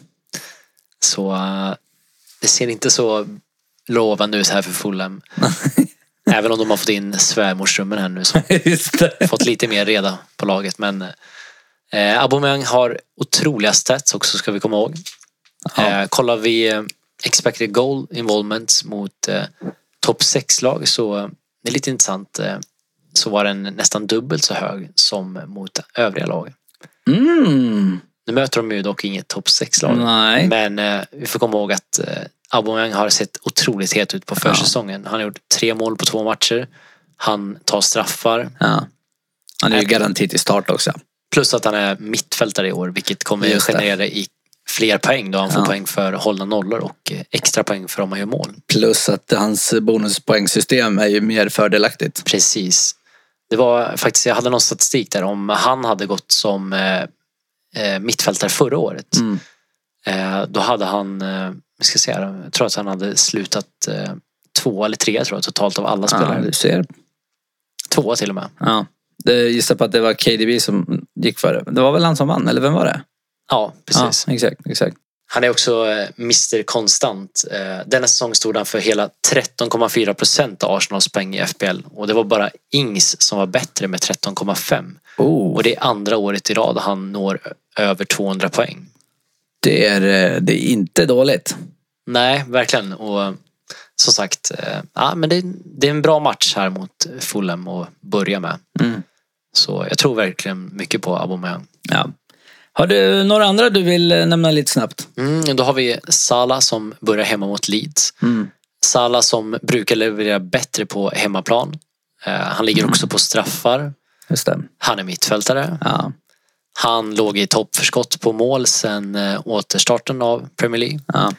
Så eh, det ser inte så lovande ut här för Fulham. Även om de har fått in svärmorsrummen här nu som
Just det.
fått lite mer reda på laget. Men eh, Aubameyang har otroliga stats också ska vi komma ihåg.
Ja.
Eh, kollar vi eh, expected goal involvement mot eh, topp sex lag så eh, det är lite intressant. Eh, så var den nästan dubbelt så hög som mot övriga lag.
Mm.
Nu möter de ju dock inget topp sex lag.
Nej.
Men eh, vi får komma ihåg att eh, Aubameyang har sett otroligt het ut på försäsongen. Han har gjort tre mål på två matcher. Han tar straffar.
Ja. Han är ju garanti till start också.
Plus att han är mittfältare i år vilket kommer
Just det.
generera i fler poäng då han får
Ja.
poäng för hållna nollor och eh, extra poäng för om man gör mål.
Plus att hans bonuspoängsystem är ju mer fördelaktigt.
Precis. Det var faktiskt, jag hade någon statistik där om han hade gått som eh, eh, mittfältare förra året.
Mm.
Eh, då hade han, eh, vi ska se här, jag tror att han hade slutat eh, två eller tre tror jag totalt av alla
Ja,
spelare.
du ser.
Två till och med.
Ja. Det gissar på att det var K D B som gick före. Det var väl han som vann, eller vem var det?
Ja, precis.
Ja, exakt, exakt.
Han är också eh, mister Konstant. Eh, denna säsong stod han för hela tretton komma fyra procent av Arsenals poäng i F P L. Och det var bara Ings som var bättre med tretton komma fem.
Oh.
Och det är andra året i rad han når över tvåhundra poäng.
Det är, eh, det är inte dåligt.
Nej, verkligen. Och eh, som sagt, eh, ja, men det, det är en bra match här mot Fulham att börja med.
Mm.
Så jag tror verkligen mycket på Aubameyang.
Ja. Har du några andra du vill eh, nämna lite snabbt?
Mm, då har vi Salah som börjar hemma mot Leeds.
Mm.
Salah som brukar leverera bättre på hemmaplan. Eh, han ligger också på straffar.
Just det.
Han är mittfältare.
Ja.
Han låg i toppförskott på mål sen eh, återstarten av Premier League.
Ja.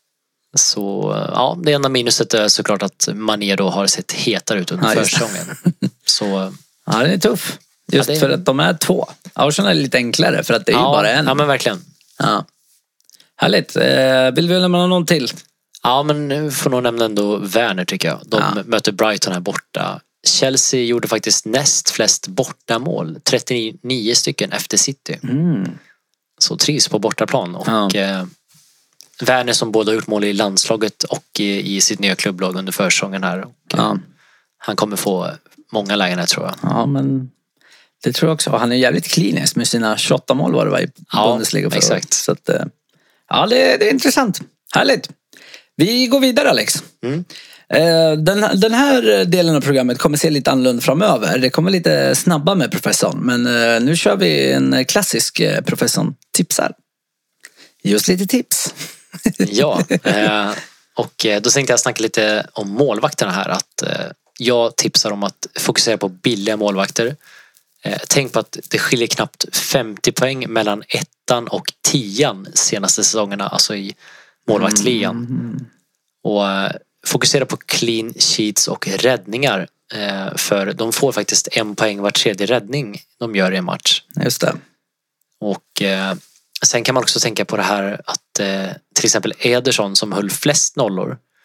Så eh, ja, det enda minuset är såklart att Mané då har sett hetare ut under
Ja, just det.
försäsongen. Så
Ja, den är tuff. Just
Ja, det är-
för att de är två. Arsenal är lite enklare för att det är ju
ja,
bara en.
ja, men verkligen.
Ja. Härligt. Eh, vill vi nämna någon till?
Ja, men nu får nog nämna ändå Werner tycker jag. De
Ja.
möter Brighton här borta. Chelsea gjorde faktiskt näst flest bortamål. trettionio stycken efter City.
Mm.
Så trivs på bortaplan. Och
Ja.
eh, Werner som både har gjort mål i landslaget och i, i sitt nya klubblag under försäsongen här. Och, eh,
Ja.
han kommer få många lägen här tror jag.
Ja, men det tror jag också. Och han är jävligt klinisk med sina tjugoåtta mål var det var i
Ja,
Bundesliga förra året.
exakt.
Så att, eh, ja, det, det är intressant. Härligt. Vi går vidare Alex.
Mm.
Eh, Den, den här delen av programmet kommer se lite annorlunda framöver. Det kommer lite snabbare med professorn. Men eh, nu kör vi en klassisk eh, professorn tipsar. Just lite tips.
Ja, eh, och eh, då tänkte jag snacka lite om målvakterna här. Att eh, jag tipsar om att fokusera på billiga målvakter. Eh, tänk på att det skiljer knappt femtio poäng mellan ettan och tian senaste säsongerna, alltså i målvaktsligan.
Mm.
Och eh, fokusera på clean sheets och räddningar. Eh, för de får faktiskt en poäng var tredje räddning de gör i en match.
Just det.
Och eh, sen kan man också tänka på det här att eh, till exempel Ederson som höll flest nollor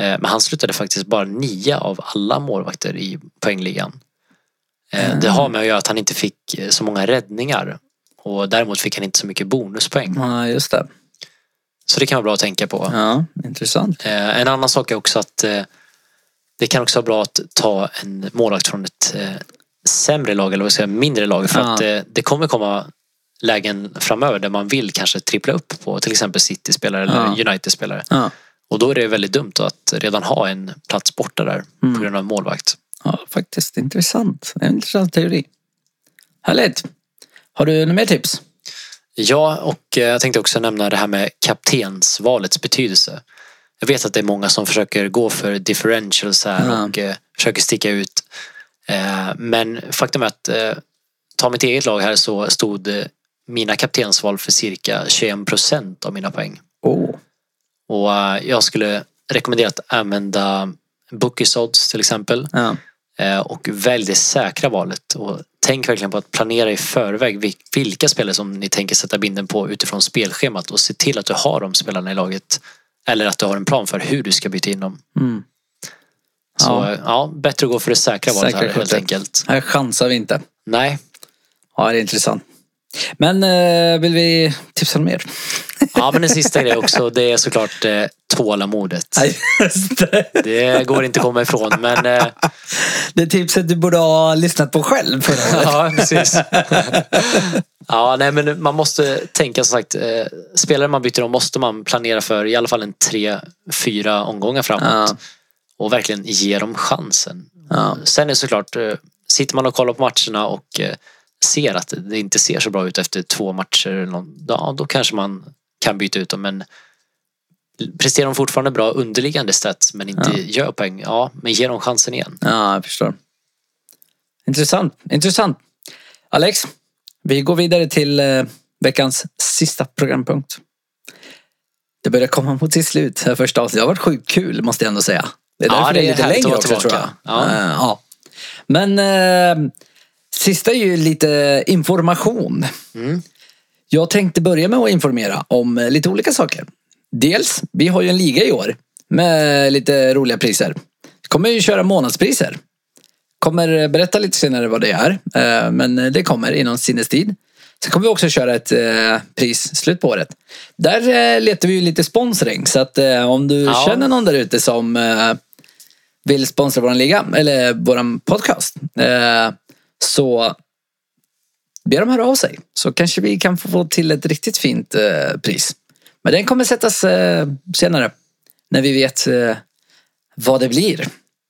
Men han slutade faktiskt bara nio av alla målvakter i poängligan. Mm. Det har med att göra att han inte fick så många räddningar. Och däremot fick han inte så mycket bonuspoäng.
Ja, just det.
Så det kan vara bra att tänka på.
Ja, intressant.
En annan sak är också att det kan också vara bra att ta en målvakt från ett sämre lag, eller vad ska jag säga, mindre lag. För ja. att det, det kommer komma lägen framöver där man vill kanske trippla upp på till exempel City-spelare eller ja. United-spelare. Ja. Och då är det väldigt dumt att redan ha en plats borta där mm. på grund av målvakt.
Ja, faktiskt intressant. En intressant teori. Härligt. Har du några mer tips?
Ja, och jag tänkte också nämna det här med kaptensvalets betydelse. Jag vet att det är många som försöker gå för differentials här ja. och eh, försöker sticka ut. Eh, men faktum är att eh, ta mitt eget lag här så stod eh, mina kaptensval för cirka tjugoen procent av mina poäng.
Oh.
Och eh, jag skulle rekommendera att använda Bookies odds till exempel.
Ja.
Eh, och välj det säkra valet. Och tänk verkligen på att planera i förväg vilka spelare som ni tänker sätta binden på utifrån spelschemat. Och se till att du har de spelarna i laget. Eller att du har en plan för hur du ska byta in dem.
Mm.
Så ja. ja, bättre att gå för det säkra valet här, helt enkelt.
Här chansar vi inte.
Nej.
Ja, det är intressant. Men eh, vill vi tipsa om mer?
Ja, men den sista grejen också, det är såklart eh, tålamodet.
Just det.
Det går inte att komma ifrån, men... Eh...
Det tipset du borde ha lyssnat på själv förra
Ja, precis. Ja, nej, men man måste tänka som sagt, eh, spelare man byter om måste man planera för i alla fall en tre, fyra omgångar framåt. Ja. Och verkligen ge dem chansen.
Ja.
Sen är det såklart, eh, sitter man och kollar på matcherna och eh, ser att det inte ser så bra ut efter två matcher eller någon, ja, då kanske man kan byta ut dem, men presterar de fortfarande bra underliggande stats men inte ja. gör poäng, ja, men ge dem chansen igen.
Ja, jag förstår. Intressant, intressant. Alex, vi går vidare till eh, veckans sista programpunkt. Det börjar komma mot sitt slut här första avsnittet. Det har varit sjukt kul, måste jag ändå säga. Det är därför ja, det är, det är lite längre också, tror jag. Ja. Uh, ja. Men eh, sista är ju lite information.
Mm.
Jag tänkte börja med att informera om lite olika saker. Dels, vi har ju en liga i år med lite roliga priser. Vi kommer ju köra månadspriser. Kommer berätta lite senare vad det är. Men det kommer inom sinnestid. Sen kommer vi också köra ett pris slut på året. Där letar vi ju lite sponsring. Så att om du ja. känner någon där ute som vill sponsra våran liga eller våran podcast, så be dem höra av sig. Så kanske vi kan få till ett riktigt fint pris. Men den kommer sättas senare. När vi vet vad det blir.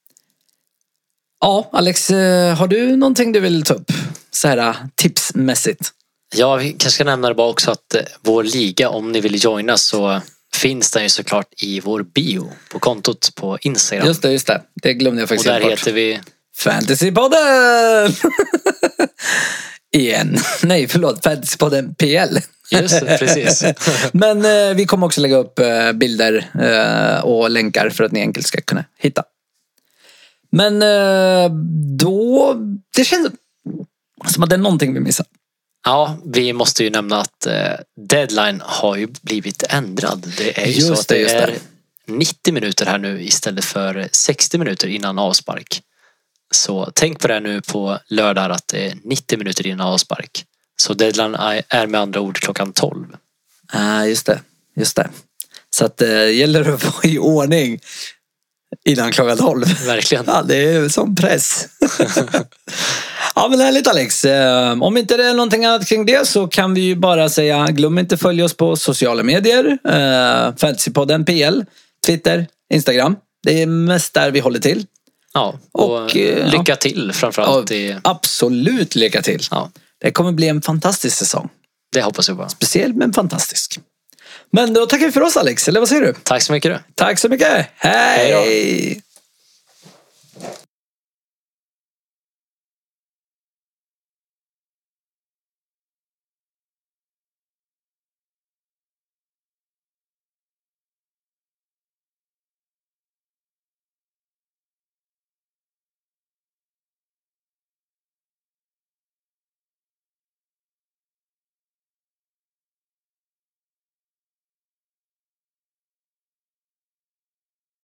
Ja, Alex, har du någonting du vill ta upp? Så här tipsmässigt.
Ja, vi kanske ska nämna det bara också att vår liga, om ni vill joina, så finns den ju såklart i vår bio på kontot på Instagram.
Just det, just det. Det glömde jag faktiskt.
Och där heter vi
Fantasypodden! Igen. Nej, förlåt. Fantasypodden P L.
Just det, precis.
Men eh, vi kommer också lägga upp eh, bilder eh, och länkar för att ni enkelt ska kunna hitta. Men eh, då... Det känns som att det är någonting vi missar.
Ja, vi måste ju nämna att eh, deadline har ju blivit ändrad. Det är ju just så att det, det är nittio minuter här nu istället för sextio minuter innan avspark. Så tänk på det nu på lördag att det är nittio minuter innan avspark. Så deadline är med andra ord klockan tolv.
Ja, ah, just det. Just det. Så att det eh, gäller att få i ordning innan klockan tolv.
Verkligen.
Ja, det är som press. Ja, men härligt Alex. Om inte det är någonting annat kring det så kan vi ju bara säga glöm inte följa oss på sociala medier. Fantasypodden P L, Twitter, Instagram. Det är mest där vi håller till.
Ja, och, och lycka ja. till framförallt.
Ja, i... Absolut lycka till.
Ja.
Det kommer bli en fantastisk säsong.
Det hoppas jag bara.
Speciell men fantastisk. Men då tackar vi för oss Alex, eller vad säger du?
Tack så mycket.
Tack så mycket. Hej! Hej då.